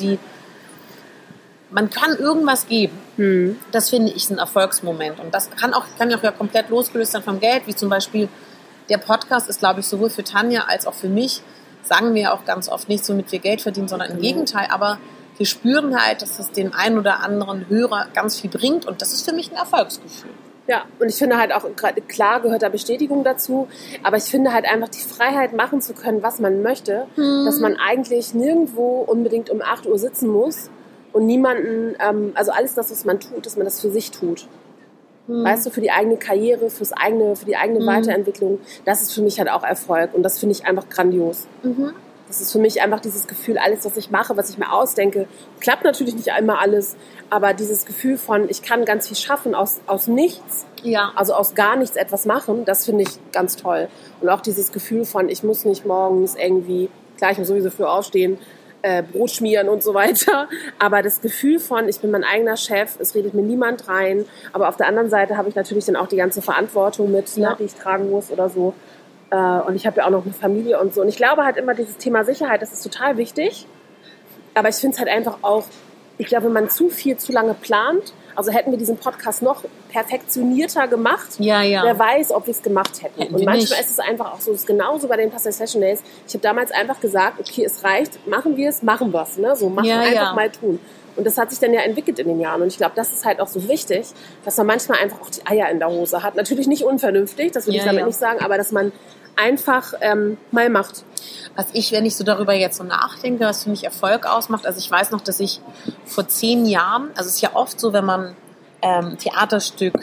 man kann irgendwas geben. Das finde ich ein Erfolgsmoment. Und das kann auch ja komplett losgelöst sein vom Geld, wie zum Beispiel der Podcast ist, glaube ich, sowohl für Tanja als auch für mich, sagen wir auch ganz oft nicht so, mit wir Geld verdienen, sondern im Gegenteil. Aber wir spüren halt, dass es den einen oder anderen Hörer ganz viel bringt und das ist für mich ein Erfolgsgefühl. Ja, und ich finde halt auch, klar gehört da Bestätigung dazu, aber ich finde halt einfach die Freiheit, machen zu können, was man möchte, dass man eigentlich nirgendwo unbedingt um 8 Uhr sitzen muss und niemanden, also alles das, was man tut, dass man das für sich tut. Weißt du, für die eigene Karriere, für die eigene Weiterentwicklung, das ist für mich halt auch Erfolg und das finde ich einfach grandios. Das ist für mich einfach dieses Gefühl, alles, was ich mache, was ich mir ausdenke, klappt natürlich nicht einmal alles, aber dieses Gefühl von, ich kann ganz viel schaffen aus nichts, also aus gar nichts etwas machen, das finde ich ganz toll. Und auch dieses Gefühl von, ich muss nicht morgens irgendwie, klar, ich muss sowieso früh aufstehen, Brot schmieren und so weiter, aber das Gefühl von, ich bin mein eigener Chef, es redet mir niemand rein, aber auf der anderen Seite habe ich natürlich dann auch die ganze Verantwortung mit, die ich tragen muss oder so. Und ich habe ja auch noch eine Familie und so. Und ich glaube halt immer, dieses Thema Sicherheit, das ist total wichtig. Aber ich finde es halt einfach auch, ich glaube, wenn man zu lange plant, also hätten wir diesen Podcast noch perfektionierter gemacht, wer weiß, ob wir es gemacht hätten. Und manchmal ist es einfach auch so, es ist genauso bei den Pastel Session Days. Ich habe damals einfach gesagt, okay, es reicht, machen wir es, machen wir es. Ne? So, einfach mal tun. Und das hat sich dann ja entwickelt in den Jahren. Und ich glaube, das ist halt auch so wichtig, dass man manchmal einfach auch die Eier in der Hose hat. Natürlich nicht unvernünftig, das will ich damit nicht sagen, aber dass man einfach mal macht. Wenn ich so darüber jetzt so nachdenke, was für mich Erfolg ausmacht, also ich weiß noch, dass ich vor 10 Jahren, also es ist ja oft so, wenn man Theaterstück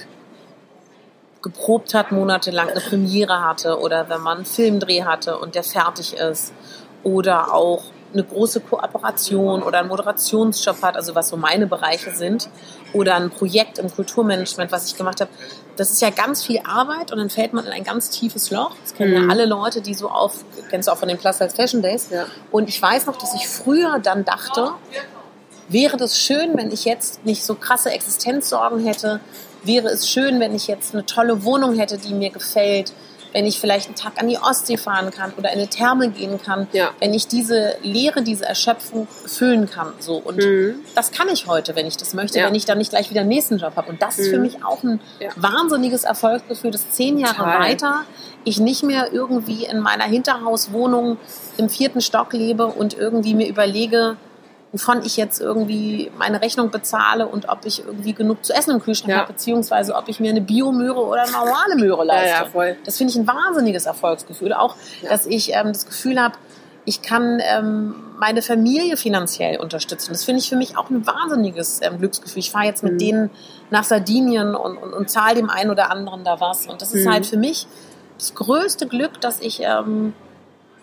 geprobt hat, monatelang eine Premiere hatte oder wenn man einen Filmdreh hatte und der fertig ist oder auch eine große Kooperation oder einen Moderationsjob hat, also was so meine Bereiche sind, oder ein Projekt im Kulturmanagement, was ich gemacht habe, das ist ja ganz viel Arbeit und dann fällt man in ein ganz tiefes Loch. Das kennen ja alle Leute, die so kennst du auch von den Plus Size Fashion Days. Ja. Und ich weiß noch, dass ich früher dann dachte, wäre das schön, wenn ich jetzt nicht so krasse Existenzsorgen hätte, wäre es schön, wenn ich jetzt eine tolle Wohnung hätte, die mir gefällt, wenn ich vielleicht einen Tag an die Ostsee fahren kann oder in eine Therme gehen kann, wenn ich diese Leere, diese Erschöpfung füllen kann. So. Und das kann ich heute, wenn ich das möchte, wenn ich dann nicht gleich wieder einen nächsten Job habe. Und das ist für mich auch ein wahnsinniges Erfolgsgefühl, dass 10 Jahre weiter ich nicht mehr irgendwie in meiner Hinterhauswohnung im 4. Stock lebe und irgendwie mir überlege, wovon ich jetzt irgendwie meine Rechnung bezahle und ob ich irgendwie genug zu essen im Kühlschrank habe, beziehungsweise ob ich mir eine Biomöhre oder eine normale Möhre leiste. Voll. Das finde ich ein wahnsinniges Erfolgsgefühl. Auch, dass ich das Gefühl habe, ich kann meine Familie finanziell unterstützen. Das finde ich für mich auch ein wahnsinniges Glücksgefühl. Ich fahre jetzt mit denen nach Sardinien und zahle dem einen oder anderen da was. Und das ist halt für mich das größte Glück, dass ich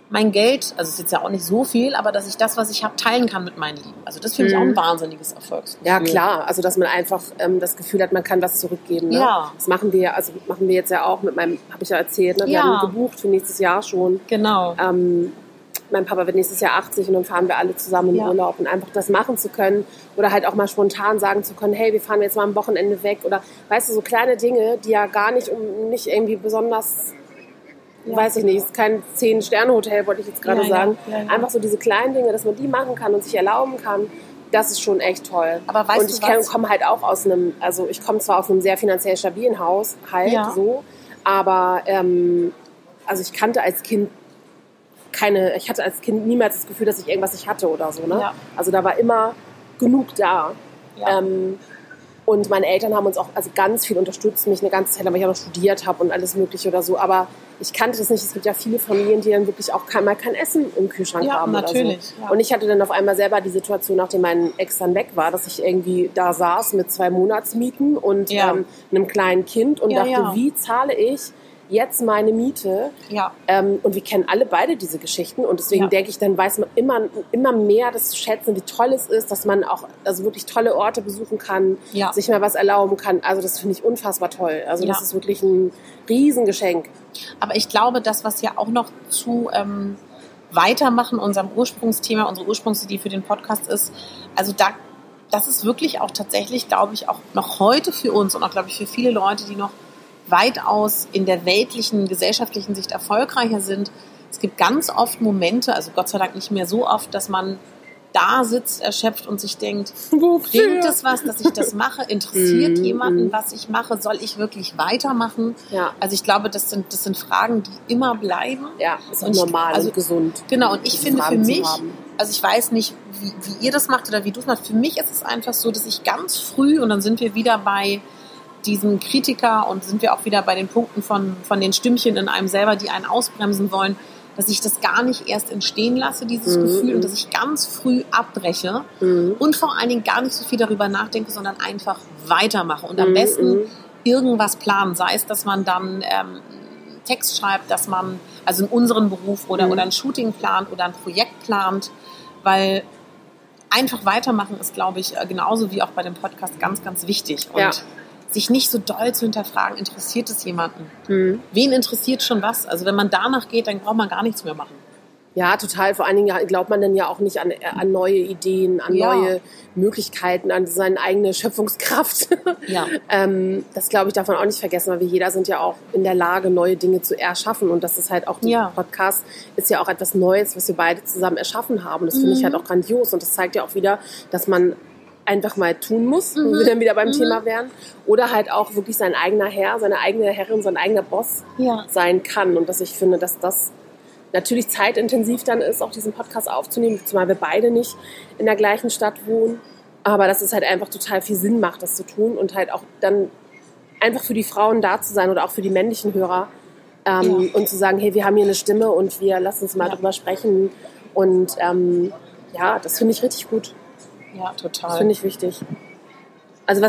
mein Geld, also es ist jetzt ja auch nicht so viel, aber dass ich das, was ich habe, teilen kann mit meinen Lieben. Also das finde ich auch ein wahnsinniges Erfolgsgefühl. Ja, klar. Also dass man einfach das Gefühl hat, man kann was zurückgeben. Ne? Ja. Das machen wir jetzt ja auch mit meinem, habe ich ja erzählt, ne? Wir haben gebucht für nächstes Jahr schon. Genau. Mein Papa wird nächstes Jahr 80 und dann fahren wir alle zusammen in Urlaub und einfach das machen zu können oder halt auch mal spontan sagen zu können, hey, wir fahren jetzt mal am Wochenende weg oder weißt du, so kleine Dinge, die ja gar nicht irgendwie besonders, weiß ich nicht, ist kein 10-Sterne-Hotel, wollte ich jetzt gerade sagen. Ja. Einfach so diese kleinen Dinge, dass man die machen kann und sich erlauben kann, das ist schon echt toll. Aber weißt du was? Ich komme halt auch ich komme zwar aus einem sehr finanziell stabilen Haus, aber also ich kannte als Kind ich hatte als Kind niemals das Gefühl, dass ich irgendwas nicht hatte oder so. Ne? Ja. Also da war immer genug da. Ja. Und meine Eltern haben uns auch ganz viel unterstützt, mich eine ganze Zeit lang, weil ich auch noch studiert habe und alles Mögliche oder so. Aber ich kannte das nicht. Es gibt ja viele Familien, die dann wirklich auch mal kein Essen im Kühlschrank haben. Natürlich. Oder so. Ja. Und ich hatte dann auf einmal selber die Situation, nachdem mein Ex dann weg war, dass ich irgendwie da saß mit 2 Monatsmieten und einem kleinen Kind und dachte, wie zahle ich jetzt meine Miete? Ja. Und wir kennen alle beide diese Geschichten und deswegen denke ich, dann weiß man immer mehr das zu schätzen, wie toll es ist, dass man auch wirklich tolle Orte besuchen kann, sich mal was erlauben kann. Also das finde ich unfassbar toll. Also das ist wirklich ein Riesengeschenk. Aber ich glaube, das, was ja auch noch zu weitermachen, unserem Ursprungsthema, unsere Ursprungsidee für den Podcast ist, also das ist wirklich auch tatsächlich, glaube ich, auch noch heute für uns und auch, glaube ich, für viele Leute, die noch weitaus in der weltlichen, gesellschaftlichen Sicht erfolgreicher sind. Es gibt ganz oft Momente, also Gott sei Dank nicht mehr so oft, dass man da sitzt, erschöpft und sich denkt, bringt es was, dass ich das mache? Interessiert jemanden, was ich mache? Soll ich wirklich weitermachen? Ja. Also ich glaube, das sind Fragen, die immer bleiben. Ja, ist auch normal und gesund. Genau, und ich finde für mich, also ich weiß nicht, wie ihr das macht oder wie du es machst, für mich ist es einfach so, dass ich ganz früh, und dann sind wir wieder bei diesen Kritiker und sind wir auch wieder bei den Punkten von den Stimmchen in einem selber, die einen ausbremsen wollen, dass ich das gar nicht erst entstehen lasse, dieses Gefühl, und dass ich ganz früh abbreche und vor allen Dingen gar nicht so viel darüber nachdenke, sondern einfach weitermache und am besten irgendwas planen, sei es, dass man dann Text schreibt, dass man also in unserem Beruf oder ein Shooting plant oder ein Projekt plant, weil einfach weitermachen ist, glaube ich, genauso wie auch bei dem Podcast ganz, ganz wichtig und sich nicht so doll zu hinterfragen, interessiert es jemanden? Wen interessiert schon was? Also wenn man danach geht, dann braucht man gar nichts mehr machen. Ja, total. Vor allen Dingen glaubt man dann ja auch nicht an neue Ideen, an neue Möglichkeiten, an seine eigene Schöpfungskraft. Ja. Das, glaube ich, darf man auch nicht vergessen, weil wir jeder sind ja auch in der Lage, neue Dinge zu erschaffen. Und das ist halt auch, der Podcast ist ja auch etwas Neues, was wir beide zusammen erschaffen haben. Das finde ich halt auch grandios. Und das zeigt ja auch wieder, dass man einfach mal tun muss, wo wir dann wieder beim Thema wären. Oder halt auch wirklich sein eigener Herr, seine eigene Herrin, sein eigener Boss sein kann. Und dass ich finde, dass das natürlich zeitintensiv dann ist, auch diesen Podcast aufzunehmen, zumal wir beide nicht in der gleichen Stadt wohnen. Aber dass es halt einfach total viel Sinn macht, das zu tun und halt auch dann einfach für die Frauen da zu sein oder auch für die männlichen Hörer und zu sagen, hey, wir haben hier eine Stimme und wir lassen uns mal drüber sprechen. Und das finde ich richtig gut. Ja, total. Das finde ich wichtig. Also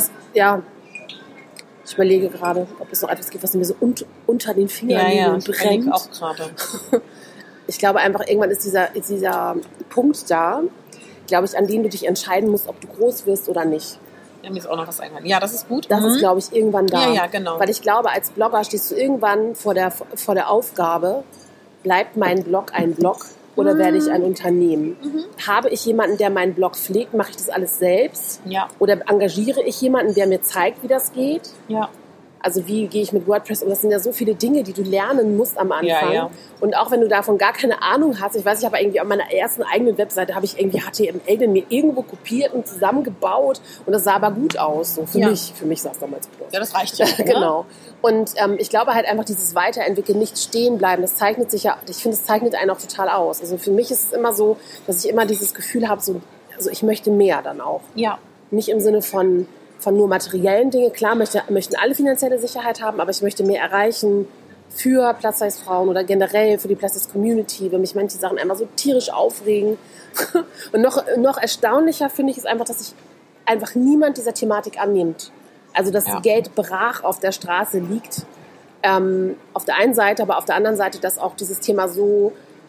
ich überlege gerade, ob es noch etwas gibt, was mir so unter den Fingern brennt. Ich auch gerade. Ich glaube einfach, irgendwann ist dieser Punkt da, glaube ich, an dem du dich entscheiden musst, ob du groß wirst oder nicht. Ja, mir ist auch noch was eingefallen. Ja, das ist gut. Das ist, glaube ich, irgendwann da. Ja, genau. Weil ich glaube, als Blogger stehst du irgendwann vor der Aufgabe, bleibt mein Blog ein Blog? Oder werde ich ein Unternehmen? Habe ich jemanden, der meinen Blog pflegt? Mache ich das alles selbst? Ja. Oder engagiere ich jemanden, der mir zeigt, wie das geht? Ja. Also wie gehe ich mit WordPress um? Das sind ja so viele Dinge, die du lernen musst am Anfang. Ja. Und auch wenn du davon gar keine Ahnung hast, ich weiß, ich habe irgendwie auf meiner ersten eigenen Webseite habe ich irgendwie HTML denn mir irgendwo kopiert und zusammengebaut und das sah aber gut aus. So für mich sah es damals gut aus. Ja, das reicht ja. Genau. Und ich glaube halt einfach dieses Weiterentwickeln, nicht stehen bleiben, das zeichnet sich ja, ich finde, es zeichnet einen auch total aus. Also für mich ist es immer so, dass ich immer dieses Gefühl habe, also ich möchte mehr dann auch. Ja. Nicht im Sinne von nur materiellen Dingen. Klar möchten alle finanzielle Sicherheit haben, aber ich möchte mehr erreichen für Plus-Size-Frauen oder generell für die Plus-Size-Community, wenn mich manche Sachen einfach so tierisch aufregen. Und noch erstaunlicher finde ich es einfach, dass sich einfach niemand dieser Thematik annimmt. Also dass Geld brach auf der Straße liegt. Auf der einen Seite, aber auf der anderen Seite, dass auch dieses Thema so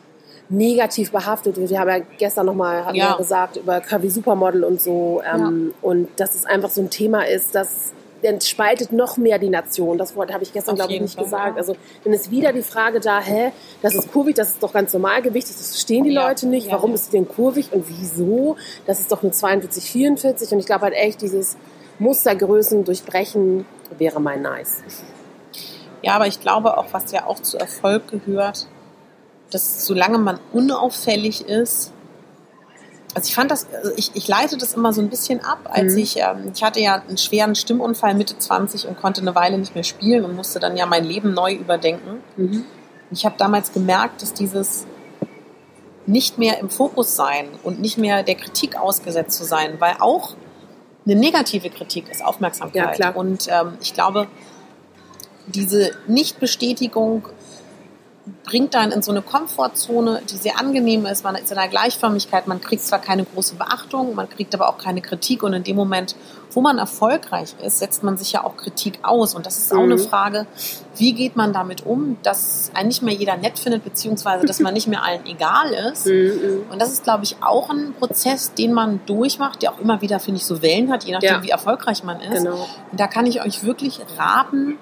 negativ behaftet wird. Wir haben ja gestern nochmal gesagt über Curvy Supermodel und so. Und dass es einfach so ein Thema ist, das spaltet noch mehr die Nation. Das Wort habe ich gestern, glaube ich, nicht gesagt. Also dann ist wieder die Frage da, das ist kurvig, das ist doch ganz normalgewichtig, das verstehen die Leute nicht. Warum ist es denn kurvig und wieso? Das ist doch nur 42, 44. Und ich glaube halt echt, dieses Mustergrößen durchbrechen wäre mal nice. Ja, aber ich glaube auch, was ja auch zu Erfolg gehört, dass solange man unauffällig ist, also ich fand das, ich leite das immer so ein bisschen ab, als ich hatte ja einen schweren Stimmunfall Mitte 20 und konnte eine Weile nicht mehr spielen und musste dann ja mein Leben neu überdenken. Ich habe damals gemerkt, dass dieses nicht mehr im Fokus sein und nicht mehr der Kritik ausgesetzt zu sein, weil auch eine negative Kritik ist Aufmerksamkeit. Ja, klar. Und ich glaube, diese Nichtbestätigung bringt dann in so eine Komfortzone, die sehr angenehm ist. Man ist in einer Gleichförmigkeit, man kriegt zwar keine große Beachtung, man kriegt aber auch keine Kritik. Und in dem Moment, wo man erfolgreich ist, setzt man sich ja auch Kritik aus. Und das ist auch eine Frage, wie geht man damit um, dass einen nicht mehr jeder nett findet, beziehungsweise dass man nicht mehr allen egal ist. Und das ist, glaube ich, auch ein Prozess, den man durchmacht, der auch immer wieder, finde ich, so Wellen hat, je nachdem, wie erfolgreich man ist. Genau. Und da kann ich euch wirklich raten,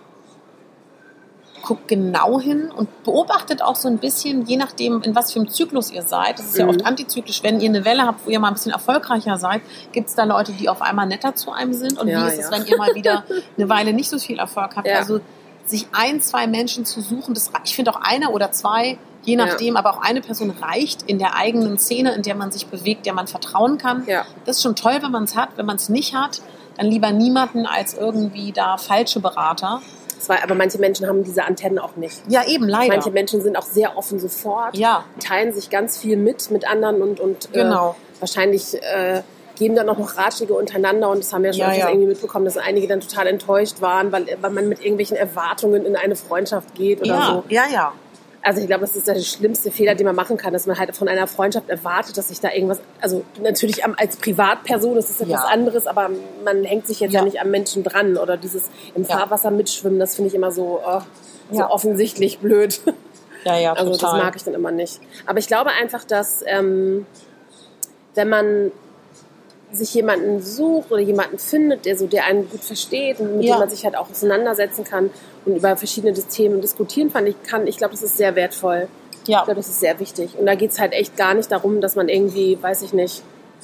guckt genau hin und beobachtet auch so ein bisschen, je nachdem, in was für einem Zyklus ihr seid. Das ist ja oft antizyklisch. Wenn ihr eine Welle habt, wo ihr mal ein bisschen erfolgreicher seid, gibt es da Leute, die auf einmal netter zu einem sind. Und wie ist es, wenn ihr mal wieder eine Weile nicht so viel Erfolg habt? Also sich 1, 2 Menschen zu suchen, ich finde auch 1 oder 2, je nachdem, aber auch eine Person reicht in der eigenen Szene, in der man sich bewegt, der man vertrauen kann. Das ist schon toll, wenn man es hat. Wenn man es nicht hat, dann lieber niemanden als irgendwie da falsche Berater. Aber manche Menschen haben diese Antennen auch nicht. Ja, eben, leider. Manche Menschen sind auch sehr offen sofort, teilen sich ganz viel mit anderen und wahrscheinlich geben dann auch noch Ratschläge untereinander. Und das haben wir schon irgendwie mitbekommen, dass einige dann total enttäuscht waren, weil man mit irgendwelchen Erwartungen in eine Freundschaft geht oder so. Ja. Also ich glaube, das ist der schlimmste Fehler, den man machen kann, dass man halt von einer Freundschaft erwartet, dass sich da irgendwas, also natürlich als Privatperson ist es etwas anderes, aber man hängt sich jetzt ja nicht am Menschen dran oder dieses im Fahrwasser mitschwimmen, das finde ich immer so offensichtlich blöd. Ja, also total. Das mag ich dann immer nicht. Aber ich glaube einfach, dass wenn man sich jemanden sucht oder jemanden findet, der einen gut versteht und mit dem man sich halt auch auseinandersetzen kann und über verschiedene Themen diskutieren kann. Ich glaube, das ist sehr wertvoll. Ja. Ich glaube, das ist sehr wichtig. Und da geht es halt echt gar nicht darum, dass man irgendwie, weiß ich nicht,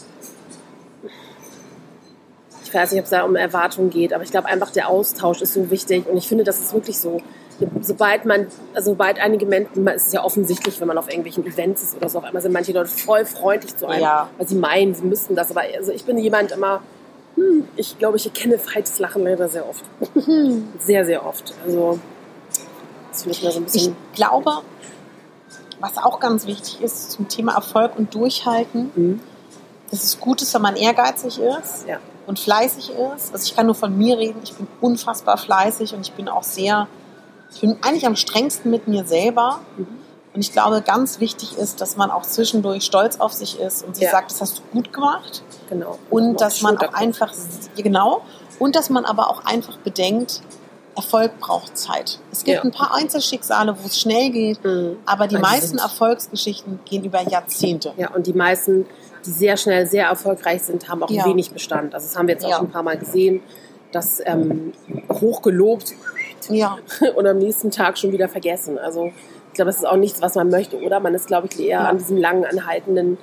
ich weiß nicht, ob es da um Erwartungen geht, aber ich glaube einfach, der Austausch ist so wichtig und ich finde, das ist wirklich so. Sobald einige Menschen, es ist ja offensichtlich, wenn man auf irgendwelchen Events ist oder so, auf einmal sind manche Leute voll freundlich zu einem, weil sie meinen, sie müssten das. Aber also ich bin jemand immer, ich glaube, ich erkenne falsches Lachen leider sehr oft. Sehr, sehr oft. Also das finde ich mal so ein bisschen. Ich glaube, was auch ganz wichtig ist zum Thema Erfolg und Durchhalten, dass es gut ist, wenn man ehrgeizig ist und fleißig ist. Also ich kann nur von mir reden, ich bin unfassbar fleißig und ich bin eigentlich am strengsten mit mir selber. Und ich glaube, ganz wichtig ist, dass man auch zwischendurch stolz auf sich ist und sich sagt, das hast du gut gemacht. Genau. Und dass man auch einfach, und dass man aber auch einfach bedenkt, Erfolg braucht Zeit. Es gibt ein paar Einzelschicksale, wo es schnell geht, aber die meisten Erfolgsgeschichten gehen über Jahrzehnte. Ja, und die meisten, die sehr schnell sehr erfolgreich sind, haben auch wenig Bestand. Also das haben wir jetzt auch schon ein paar Mal gesehen, dass hochgelobt und am nächsten Tag schon wieder vergessen. Also ich glaube, das ist auch nichts, was man möchte, oder? Man ist, glaube ich, eher an diesem langen, anhaltenden,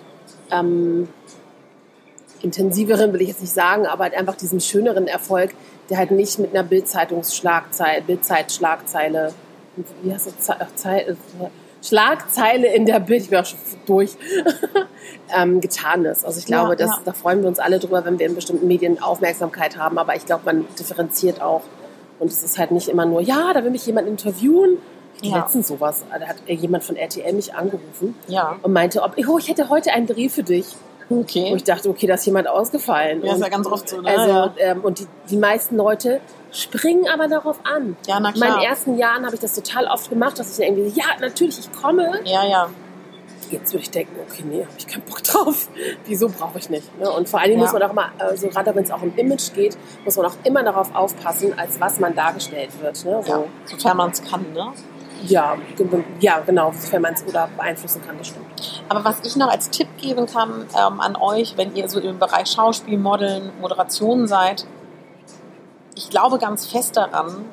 intensiveren, will ich jetzt nicht sagen, aber halt einfach diesem schöneren Erfolg, der halt nicht mit einer Bild-Zeitungsschlagzeile, wie heißt das? Schlagzeile in der Bild, ich bin auch schon durch, getan ist. Also ich glaube, da freuen wir uns alle drüber, wenn wir in bestimmten Medien Aufmerksamkeit haben, aber ich glaube, man differenziert auch. Und es ist halt nicht immer nur, da will mich jemand interviewen. Letztens sowas, da hat jemand von RTL mich angerufen und meinte, ich hätte heute einen Dreh für dich. Okay. Und ich dachte, okay, da ist jemand ausgefallen. Ja, ist ja ganz oft so. Ne? Also, und die meisten Leute springen aber darauf an. Ja, na klar. In meinen ersten Jahren habe ich das total oft gemacht, dass ich irgendwie, natürlich, ich komme. Ja. Jetzt würde ich denken, okay, nee, habe ich keinen Bock drauf. Wieso brauche ich nicht? Ne? Und vor allen Dingen muss man auch mal, also gerade wenn es auch um Image geht, muss man auch immer darauf aufpassen, als was man dargestellt wird. Ne? So. Ja, sofern man es kann, ne? Ja, genau, sofern man es oder beeinflussen kann, das stimmt. Aber was ich noch als Tipp geben kann an euch, wenn ihr so im Bereich Schauspiel, Modeln, Moderation seid, ich glaube ganz fest daran,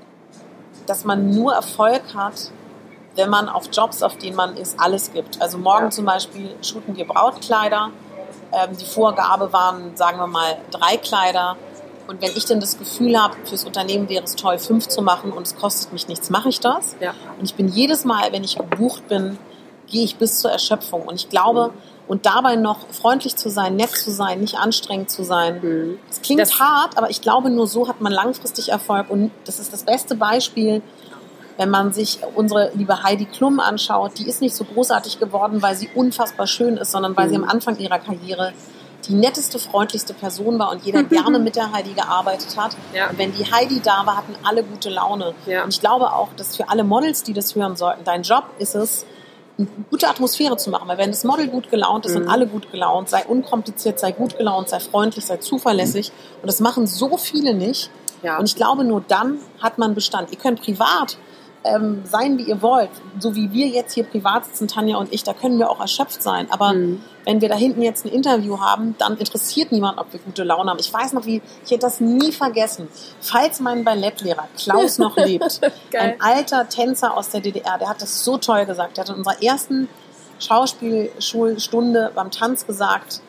dass man nur Erfolg hat, wenn man auf Jobs, auf denen man ist, alles gibt. Also morgen zum Beispiel shooten wir Brautkleider. Die Vorgabe waren, sagen wir mal, 3 Kleider. Und wenn ich dann das Gefühl habe, fürs Unternehmen wäre es toll, 5 zu machen und es kostet mich nichts, mache ich das. Ja. Und ich bin jedes Mal, wenn ich gebucht bin, gehe ich bis zur Erschöpfung. Und ich glaube, und dabei noch freundlich zu sein, nett zu sein, nicht anstrengend zu sein. Das klingt hart, aber ich glaube, nur so hat man langfristig Erfolg. Und das ist das beste Beispiel, wenn man sich unsere liebe Heidi Klum anschaut. Die ist nicht so großartig geworden, weil sie unfassbar schön ist, sondern weil sie am Anfang ihrer Karriere die netteste, freundlichste Person war und jeder gerne mit der Heidi gearbeitet hat. Ja. Und wenn die Heidi da war, hatten alle gute Laune. Ja. Und ich glaube auch, dass für alle Models, die das hören sollten, dein Job ist es, eine gute Atmosphäre zu machen. Weil wenn das Model gut gelaunt ist, sind alle gut gelaunt. Sei unkompliziert, sei gut gelaunt, sei freundlich, sei zuverlässig. Und das machen so viele nicht. Ja. Und ich glaube, nur dann hat man Bestand. Ihr könnt privat sein, wie ihr wollt. So wie wir jetzt hier privat sitzen, Tanja und ich, da können wir auch erschöpft sein. Aber wenn wir da hinten jetzt ein Interview haben, dann interessiert niemand, ob wir gute Laune haben. Ich weiß noch, ich hätte das nie vergessen. Falls mein Ballettlehrer Klaus noch lebt, ein alter Tänzer aus der DDR, der hat das so toll gesagt. Der hat in unserer ersten Schauspielschulstunde beim Tanz gesagt,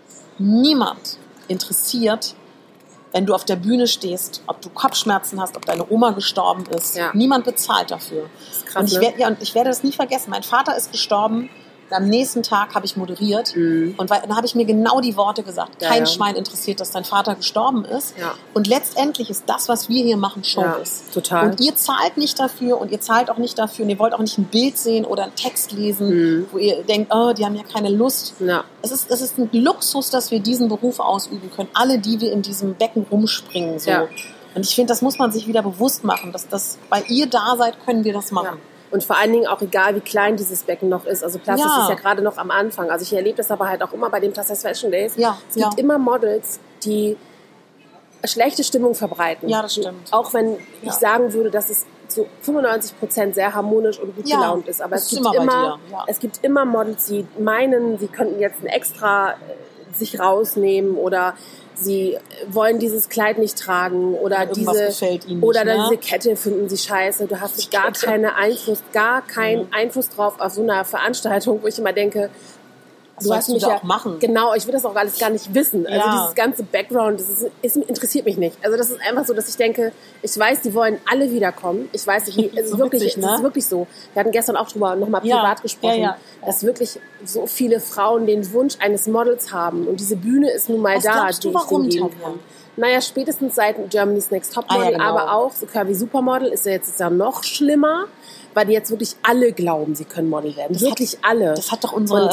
niemand interessiert, wenn du auf der Bühne stehst, ob du Kopfschmerzen hast, ob deine Oma gestorben ist. Ja. Niemand bezahlt dafür. Das ist krass, und ich werde das nie vergessen. Mein Vater ist gestorben. Am nächsten Tag habe ich moderiert und dann habe ich mir genau die Worte gesagt. Kein Schwein interessiert, dass dein Vater gestorben ist. Ja. Und letztendlich ist das, was wir hier machen, Showbiz. Ja, total. Und ihr zahlt nicht dafür und ihr zahlt auch nicht dafür und ihr wollt auch nicht ein Bild sehen oder einen Text lesen, wo ihr denkt, oh, die haben ja keine Lust. Ja. Es ist ein Luxus, dass wir diesen Beruf ausüben können. Alle, die wir in diesem Becken rumspringen. So. Ja. Und ich finde, das muss man sich wieder bewusst machen, dass das, weil ihr da seid, können wir das machen. Ja. Und vor allen Dingen auch egal, wie klein dieses Becken noch ist. Also Plus ist ja gerade noch am Anfang. Also ich erlebe das aber halt auch immer bei den Plus Fashion Days. Ja, es gibt immer Models, die schlechte Stimmung verbreiten. Ja, das stimmt. Auch wenn ich sagen würde, dass es zu 95% sehr harmonisch und gut gelaunt ist. Aber es gibt immer Models, die meinen, sie könnten jetzt ein extra sich rausnehmen oder sie wollen dieses Kleid nicht tragen oder diese Kette finden sie scheiße. Du hast gar keinen Einfluss drauf auf so einer Veranstaltung, wo ich immer denke, du hast mich auch machen. Genau, ich will das auch alles gar nicht wissen. Also dieses ganze Background, interessiert mich nicht. Also das ist einfach so, dass ich denke, ich weiß, die wollen alle wiederkommen. Ich weiß nicht, es ist wirklich so. Wir hatten gestern auch drüber nochmal privat gesprochen, dass wirklich so viele Frauen den Wunsch eines Models haben. Und diese Bühne ist nun mal da, die ich denen geben kann. Naja, spätestens seit Germany's Next Topmodel, aber auch so Curvy Supermodel ist ja noch schlimmer. Weil die jetzt wirklich alle glauben, sie können Model werden. Alle. Das hat doch unsere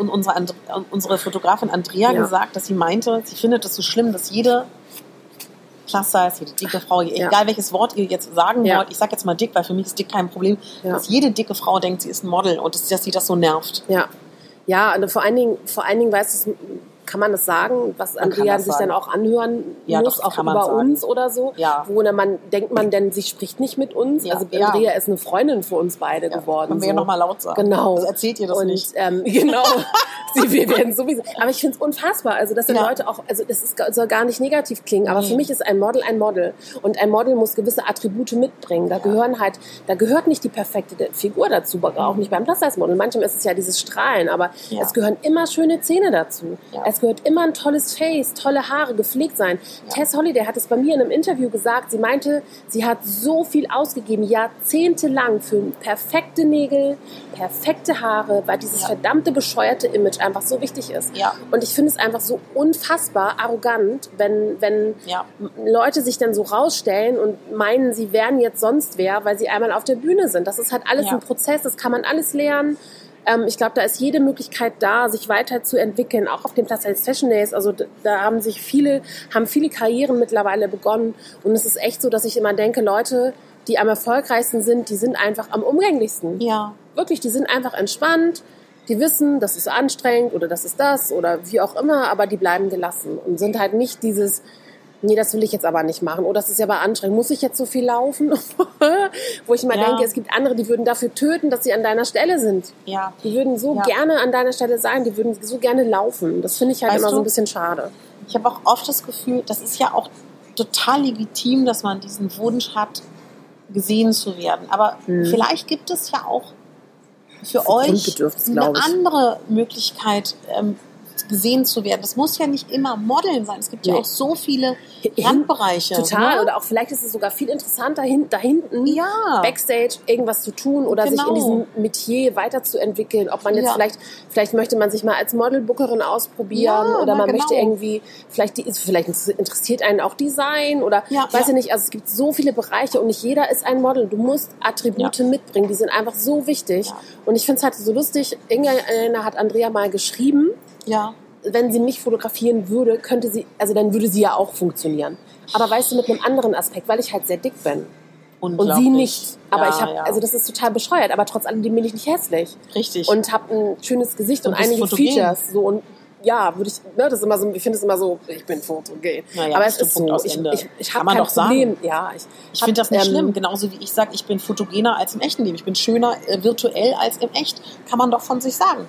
Fotografin Andrea gesagt, dass sie meinte, sie findet es so schlimm, dass jede Plus-Size, jede dicke Frau, egal welches Wort ihr jetzt sagen wollt, ich sag jetzt mal dick, weil für mich ist dick kein Problem, dass jede dicke Frau denkt, sie ist ein Model und dass sie das so nervt. Ja, und vor allen Dingen weißt du, kann man das sagen, was Andrea sich dann auch anhören muss, auch über uns oder so, wo denkt man denn, sie spricht nicht mit uns. Also Andrea ist eine Freundin für uns beide geworden. Können wir ja nochmal laut sagen. Genau. Das erzählt ihr das nicht. Genau. Wir werden sowieso. Aber ich finde es unfassbar. Also, dass dann Leute auch, also das soll gar nicht negativ klingen, aber für mich ist ein Model ein Model. Und ein Model muss gewisse Attribute mitbringen. Da gehört nicht die perfekte Figur dazu, auch nicht beim Plus-Size-Model. Manchmal ist es ja dieses Strahlen, aber es gehören immer schöne Zähne dazu. Es gehört immer ein tolles Face, tolle Haare, gepflegt sein. Tess Holliday hat es bei mir in einem Interview gesagt, sie meinte, sie hat so viel ausgegeben, jahrzehntelang für perfekte Nägel, perfekte Haare, weil dieses verdammte bescheuerte Image einfach so wichtig ist. Und ich finde es einfach so unfassbar arrogant, wenn Leute sich dann so rausstellen und meinen, sie wären jetzt sonst wer, weil sie einmal auf der Bühne sind. Das ist halt alles ein Prozess, das kann man alles lernen. Ich glaube, da ist jede Möglichkeit da, sich weiterzuentwickeln, auch auf den Plus Size Fashion Days. Also da haben viele Karrieren mittlerweile begonnen. Und es ist echt so, dass ich immer denke, Leute, die am erfolgreichsten sind, die sind einfach am umgänglichsten. Ja. Wirklich, die sind einfach entspannt. Die wissen, das ist anstrengend oder das ist das oder wie auch immer, aber die bleiben gelassen und sind halt nicht dieses nee, das will ich jetzt aber nicht machen. Oh, das ist ja aber anstrengend. Muss ich jetzt so viel laufen? Wo ich immer denke, es gibt andere, die würden dafür töten, dass sie an deiner Stelle sind. Ja. Die würden so gerne an deiner Stelle sein. Die würden so gerne laufen. Das finde ich halt immer so ein bisschen schade. Ich habe auch oft das Gefühl, das ist ja auch total legitim, dass man diesen Wunsch hat, gesehen zu werden. Aber vielleicht gibt es ja auch für euch eine andere Möglichkeit, gesehen zu werden. Das muss ja nicht immer Modeln sein. Es gibt ja auch so viele Randbereiche. Total. Ne? Oder auch vielleicht ist es sogar viel interessanter, da hinten Backstage irgendwas zu tun oder sich in diesem Metier weiterzuentwickeln. Ob man jetzt vielleicht möchte man sich mal als Modelbookerin ausprobieren oder man möchte irgendwie, vielleicht interessiert einen auch Design oder weiß ich nicht. Also es gibt so viele Bereiche und nicht jeder ist ein Model. Du musst Attribute mitbringen. Die sind einfach so wichtig. Ja. Und ich finde es halt so lustig. Irgendeiner hat Andrea mal geschrieben, wenn sie mich fotografieren würde, dann würde sie ja auch funktionieren. Aber weißt du, mit einem anderen Aspekt, weil ich halt sehr dick bin. Und sie nicht. Aber also das ist total bescheuert, aber trotz allem bin ich nicht hässlich. Richtig. Und habe ein schönes Gesicht und einige Features. So und würde ich, das ist immer so, ich finde es immer so, ich bin fotogen. Naja, aber es ist so, ich habe kein Problem. Sagen. Ja, ich finde das nicht schlimm, genauso wie ich sage, ich bin fotogener als im echten Leben. Ich bin schöner virtuell als im echt. Kann man doch von sich sagen.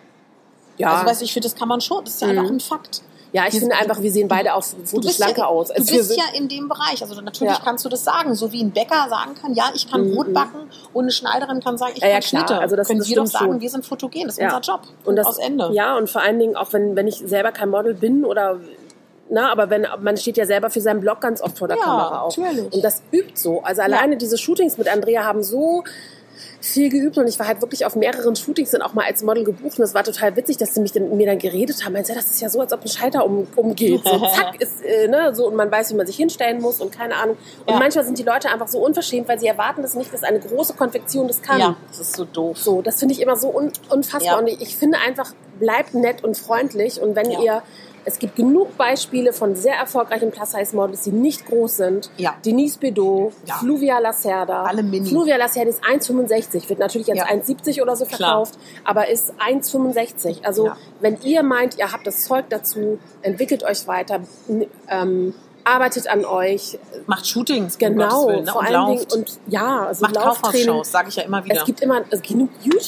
Ja. Also ich finde, das kann man schon, das ist ja einfach ein Fakt. Ja, ich finde einfach, wir sehen beide auf Fotos schlanker aus. Du bist ja in dem Bereich, also natürlich kannst du das sagen, so wie ein Bäcker sagen kann, ich kann Brot backen und eine Schneiderin kann sagen, ich kann Schnitte. Also das können wir doch sagen, wir sind fotogen, das ist unser Job. Und das, aus Ende. Ja, und vor allen Dingen auch, wenn ich selber kein Model bin oder... aber man steht ja selber für seinen Blog ganz oft vor der Kamera auch. Natürlich. Und das übt so. Also alleine diese Shootings mit Andrea haben so viel geübt und ich war halt wirklich auf mehreren Shootings und auch mal als Model gebucht und es war total witzig, dass sie mir dann geredet haben. Meinte, das ist ja so, als ob ein Schalter umgeht. So zack ist, so und man weiß, wie man sich hinstellen muss und keine Ahnung. Und manchmal sind die Leute einfach so unverschämt, weil sie erwarten das nicht, dass eine große Konfektion das kann. Ja, das ist so doof. So, das finde ich immer so unfassbar und ich finde einfach, bleibt nett und freundlich und wenn es gibt genug Beispiele von sehr erfolgreichen Plus-Size-Models, die nicht groß sind. Ja. Denise Bedeau, Fluvia Lacerda. Alle Mini. Fluvia Lacerda ist 1,65, wird natürlich jetzt 1,70 oder so verkauft, aber ist 1,65. Also wenn ihr meint, ihr habt das Zeug dazu, entwickelt euch weiter, arbeitet an euch. Macht Shootings, genau, Willen, vor allen Dingen. Und also macht Kaufhausshows, sage ich ja immer wieder. Es gibt immer genug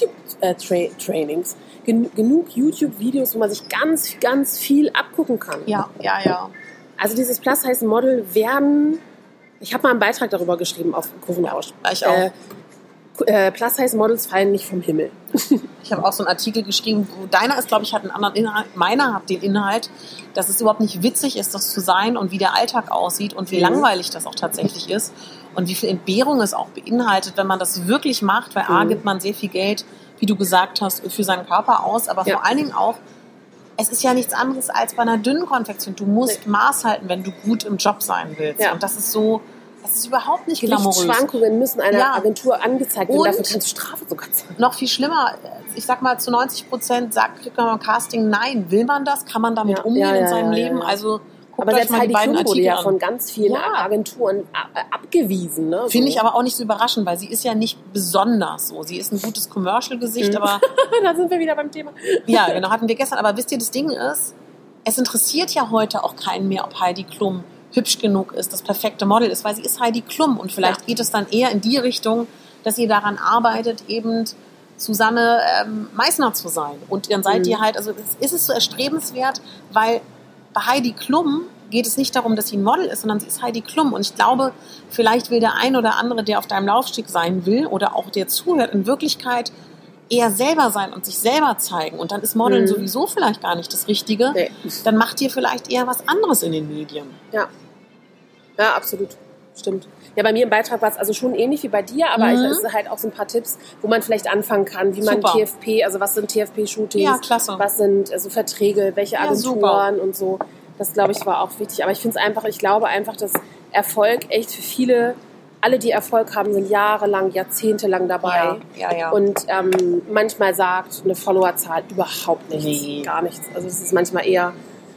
YouTube-Trainings, genug YouTube-Videos, wo man sich ganz, ganz viel abgucken kann. Ja. Also dieses Plus-Size-Model werden, ich habe mal einen Beitrag darüber geschrieben auf Kurvenrausch. Ich auch. Plus-Size-Models fallen nicht vom Himmel. Ich habe auch so einen Artikel geschrieben, wo deiner ist, glaube ich, hat einen anderen Inhalt, meiner hat den Inhalt, dass es überhaupt nicht witzig ist, das zu sein und wie der Alltag aussieht und wie langweilig das auch tatsächlich ist und wie viel Entbehrung es auch beinhaltet, wenn man das wirklich macht, weil A, gibt man sehr viel Geld, wie du gesagt hast, für seinen Körper aus, aber vor allen Dingen auch, es ist ja nichts anderes als bei einer dünnen Konfektion. Du musst Maß halten, wenn du gut im Job sein willst. Ja. Und das ist so, das ist überhaupt nicht glamourös. Gewichtsschwankungen müssen einer Agentur angezeigt werden. Dafür kannst du Strafe sogar zahlen. Noch viel schlimmer, ich sag mal, zu 90% kriegt man beim Casting Nein. Will man das? Kann man damit umgehen in seinem Leben? Also aber selbst Heidi Klum wurde ja von ganz vielen Agenturen abgewiesen. Ne? Finde ich aber auch nicht so überraschend, weil sie ist ja nicht besonders so. Sie ist ein gutes Commercial-Gesicht, aber... Da sind wir wieder beim Thema. Ja, genau, hatten wir gestern. Aber wisst ihr, das Ding ist, es interessiert ja heute auch keinen mehr, ob Heidi Klum hübsch genug ist, das perfekte Model ist, weil sie ist Heidi Klum. Und vielleicht geht es dann eher in die Richtung, dass ihr daran arbeitet, eben Susanne Meißner zu sein. Und dann seid ihr halt, also ist es so erstrebenswert, weil bei Heidi Klum geht es nicht darum, dass sie ein Model ist, sondern sie ist Heidi Klum. Und ich glaube, vielleicht will der ein oder andere, der auf deinem Laufsteg sein will oder auch der zuhört, in Wirklichkeit eher selber sein und sich selber zeigen. Und dann ist Modeln sowieso vielleicht gar nicht das Richtige. Nee. Dann macht ihr vielleicht eher was anderes in den Medien. Ja, absolut. Stimmt. Ja, bei mir im Beitrag war es also schon ähnlich wie bei dir, aber es sind halt auch so ein paar Tipps, wo man vielleicht anfangen kann, wie man TFP, also was sind TFP-Shootings, was sind so Verträge, welche Agenturen und so. Das, glaube ich, war auch wichtig. Aber ich glaube einfach, dass Erfolg echt für viele, alle, die Erfolg haben, sind jahrelang, jahrzehntelang dabei. Ja. Und manchmal sagt eine Followerzahl überhaupt nichts, gar nichts. Also es ist manchmal eher,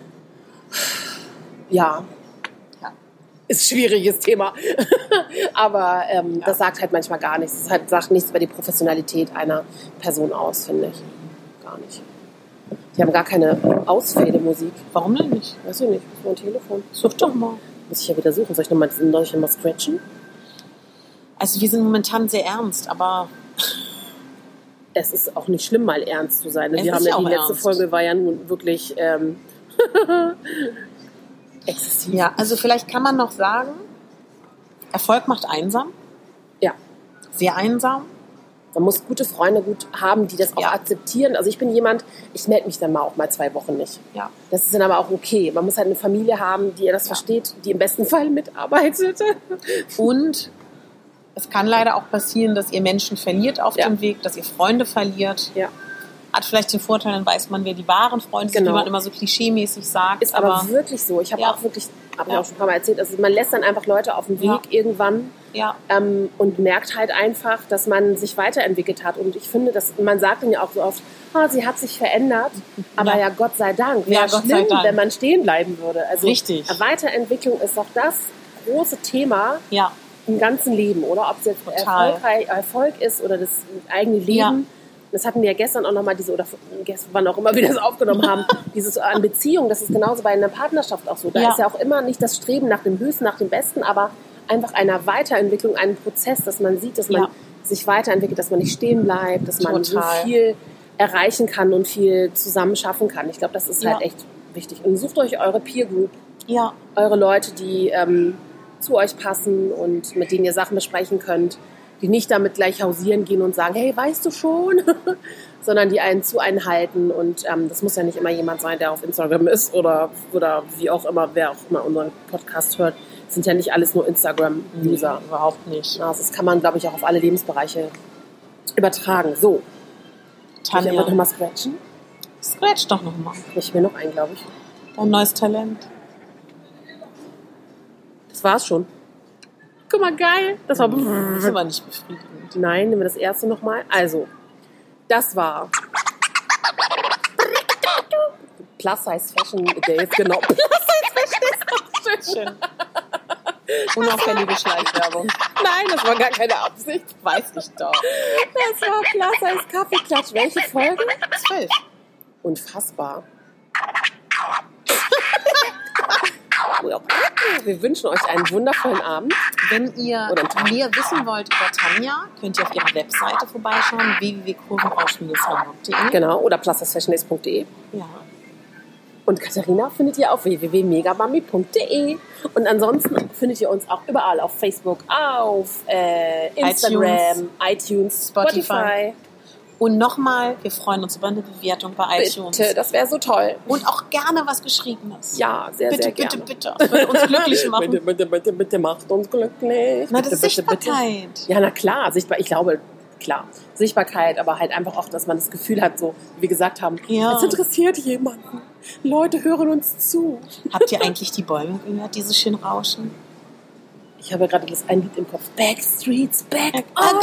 ist ein schwieriges Thema. Aber das sagt halt manchmal gar nichts. Es sagt nichts über die Professionalität einer Person aus, finde ich. Gar nicht. Die haben gar keine Ausfäde-Musik. Warum denn nicht? Weiß ich nicht. Das ist nur ein Telefon. Such doch mal. Muss ich ja wieder suchen. Soll ich nochmal scratchen? Also wir sind momentan sehr ernst, aber... Es ist auch nicht schlimm, mal ernst zu sein. Wir haben ja die letzte Folge war ja nun wirklich exzessiv. Ja, also vielleicht kann man noch sagen, Erfolg macht einsam. Ja. Sehr einsam. Man muss gute Freunde gut haben, die das auch akzeptieren. Also ich bin jemand, ich melde mich dann auch mal 2 Wochen nicht. Ja. Das ist dann aber auch okay. Man muss halt eine Familie haben, die das versteht, die im besten Fall mitarbeitet. Und es kann leider auch passieren, dass ihr Menschen verliert auf dem Weg, dass ihr Freunde verliert. Ja. Hat vielleicht den Vorteil, dann weiß man, wer die wahren Freunde sind, wie man immer so klischeemäßig sagt. Ist aber wirklich so. Ich habe auch wirklich, habe ich auch schon ein paar Mal erzählt, also man lässt dann einfach Leute auf dem Weg irgendwann und merkt halt einfach, dass man sich weiterentwickelt hat. Und ich finde, dass man sagt dann ja auch so oft, sie hat sich verändert, aber ja Gott sei Dank. Wäre schlimm, wenn man stehen bleiben würde. Also richtig. Weiterentwicklung ist doch das große Thema im ganzen Leben, oder? Ob es jetzt Erfolg ist oder das eigene Leben. Ja. Das hatten wir ja gestern auch nochmal oder gestern, wann auch immer wir das aufgenommen haben, dieses an Beziehung, das ist genauso bei einer Partnerschaft auch so. Da ist ja auch immer nicht das Streben nach dem Höchsten, nach dem Besten, aber einfach einer Weiterentwicklung, einen Prozess, dass man sieht, dass man sich weiterentwickelt, dass man nicht stehen bleibt, dass man so viel erreichen kann und viel zusammen schaffen kann. Ich glaube, das ist halt echt wichtig. Und sucht euch eure Peer Group, eure Leute, die zu euch passen und mit denen ihr Sachen besprechen könnt, die nicht damit gleich hausieren gehen und sagen, hey, weißt du schon? Sondern die einen zu einhalten. Und das muss ja nicht immer jemand sein, der auf Instagram ist oder wie auch immer, wer auch immer unseren Podcast hört. Das sind ja nicht alles nur Instagram-User. Überhaupt nicht. Also das kann man, glaube ich, auch auf alle Lebensbereiche übertragen. So. Tanja. Ich noch mal scratchen? Scratch doch noch mal. Ich will noch einen, glaube ich. Dein neues Talent. Das war's schon. Guck mal, geil. Das war aber nicht befriedigend. Nein, nehmen wir das erste nochmal. Also, das war Plus Size Fashion Days, genau. Plus Size Fashion ist auch schön. Unauffällige Schleichwerbung. Nein, das war gar keine Absicht. Weiß ich doch. Das war Plus Size Kaffeeklatsch. Welche Folge? 12. Unfassbar. Wir wünschen euch einen wundervollen Abend. Wenn ihr mehr wissen wollt über Tanja, könnt ihr auf ihrer Webseite vorbeischauen, www.kurvenrausch-hamburg.de. Genau, oder plusfashiondays.de. Ja. Und Katharina findet ihr auf www.megamami.de. Und ansonsten findet ihr uns auch überall auf Facebook, auf Instagram, iTunes, Spotify. Und nochmal, wir freuen uns über eine Bewertung bei iTunes. Bitte, das wäre so toll. Und auch gerne was Geschriebenes. Ja, sehr, sehr gerne. Bitte. Das würde uns glücklich machen. Bitte macht uns glücklich. Na, das ist Bitte. Sichtbarkeit. Ja, na klar, ich glaube, klar. Sichtbarkeit, aber halt einfach auch, dass man das Gefühl hat, so wie wir gesagt haben, es interessiert jemanden. Leute hören uns zu. Habt ihr eigentlich die Bäume gehört, die so schön rauschen? Ich habe gerade ein Lied im Kopf. Backstreet's back.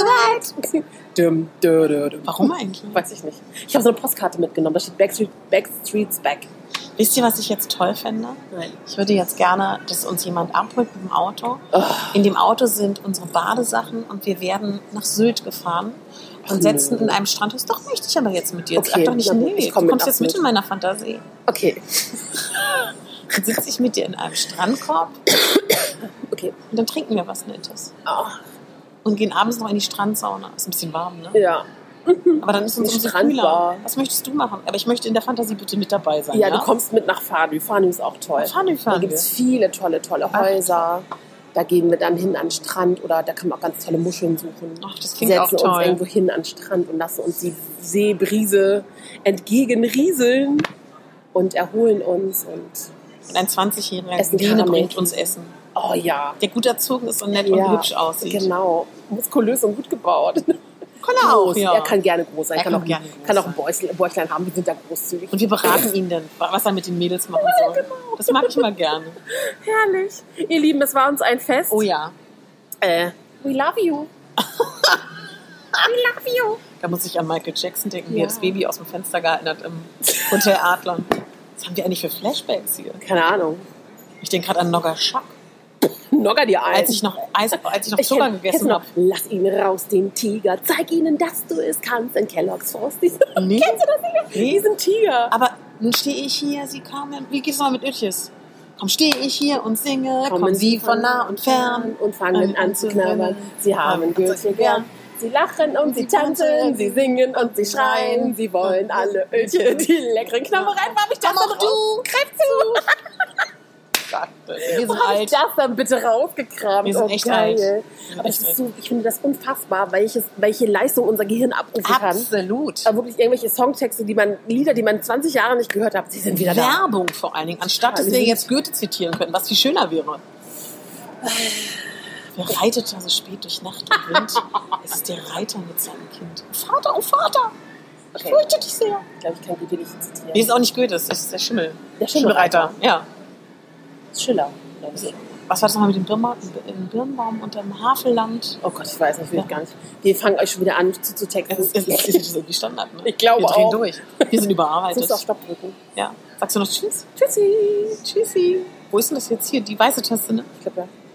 Warum eigentlich? Weiß ich nicht. Ich habe so eine Postkarte mitgenommen, da steht Backstreet's back. Wisst ihr, was ich jetzt toll fände? Nein. Ich würde jetzt gerne, dass uns jemand abholt mit dem Auto. Oh. In dem Auto sind unsere Badesachen und wir werden nach Sylt gefahren und setzen in einem Strandhaus. Doch, möchte ich aber jetzt mit dir. Jetzt sag doch nicht, nee, du kommst jetzt mit in meiner Fantasie. Okay. Dann sitze ich mit dir in einem Strandkorb. Okay. Und dann trinken wir was Nettes. Oh. Und gehen abends noch in die Strandsauna. Ist ein bisschen warm, ne? Ja. Aber dann ist uns umso kühler. Was möchtest du machen? Aber ich möchte in der Fantasie bitte mit dabei sein. Ja, du kommst mit nach Fanü. Fanü ist auch toll. Da gibt es viele tolle Häuser. Da gehen wir dann hin an den Strand oder da kann man auch ganz tolle Muscheln suchen. Ach, das klingt auch toll. Setzen uns irgendwo hin an den Strand und lassen uns die Seebrise entgegenrieseln und erholen uns. Und ein 20-jähriger Lene bringt uns Essen. Oh ja. Der gut erzogen ist und nett und hübsch aussieht. Genau. Muskulös und gut gebaut. Kann er auch, ja. Er kann gerne groß sein. Kann auch ein Bäuchlein haben. Wir sind da großzügig. Und wir beraten ihn dann, was er mit den Mädels machen soll. Genau. Das mag ich mal gerne. Herrlich. Ihr Lieben, es war uns ein Fest. Oh ja. We love you. We love you. Da muss ich an Michael Jackson denken, wie er das Baby aus dem Fenster gehalten hat im Hotel Adlon. Was haben wir eigentlich für Flashbacks hier? Keine Ahnung. Ich denke gerade an Nogger Schack. Nogger dir ein. Als ich noch Zucker gegessen habe. Lass ihn raus, den Tiger. Zeig ihnen, dass du es kannst. In Kellogg's Frosties. Nee. Kennst du das nicht mehr? Nee. Diesen Tiger. Aber nun stehe ich hier, sie kamen. Wie geht's noch mit Ötjes? Komm, stehe ich hier und singe, kommen Sie von nah und fern und fangen an zu knabbern. Sie haben Gürtel gern. Sie lachen und sie tanzen, sie singen und sie schreien. Sie wollen alle Ötchen, die leckeren Knabbereien. Warum ich das auch du? Greif zu! Wir sind alt. Ich das dann bitte rausgekramt? Wir sind echt alt. Aber es ist so, ich finde das unfassbar, welche Leistung unser Gehirn abrufen kann. Absolut. Aber wirklich irgendwelche Songtexte, Lieder, die man 20 Jahre nicht gehört hat, sie sind wieder da. Werbung vor allen Dingen, anstatt dass wir jetzt Goethe zitieren können, was viel schöner wäre. Wer reitet da so spät durch Nacht und Wind? Es ist der Reiter mit seinem Kind. Vater, oh Vater! Ich fürchte dich sehr. Ich glaube, ich kann Goethe nicht zitieren. Nee, ist auch nicht Goethe, es ist der Schimmel. Der Schimmelreiter. Ja. Schiller. Was war das nochmal mit dem Birnbaum und dem Havelland? Oh Gott, ich weiß nicht, will ich gar nicht. Wir fangen euch schon wieder an zu texten. Es ist irgendwie Standard, ne? Ich glaube wir drehen auch. durch. Wir sind überarbeitet. Du musst auf Stopp drücken. Ja. Sagst du noch Tschüss? Tschüssi. Tschüssi. Wo ist denn das jetzt hier? Die weiße Taste, ne? Ich glaube ja.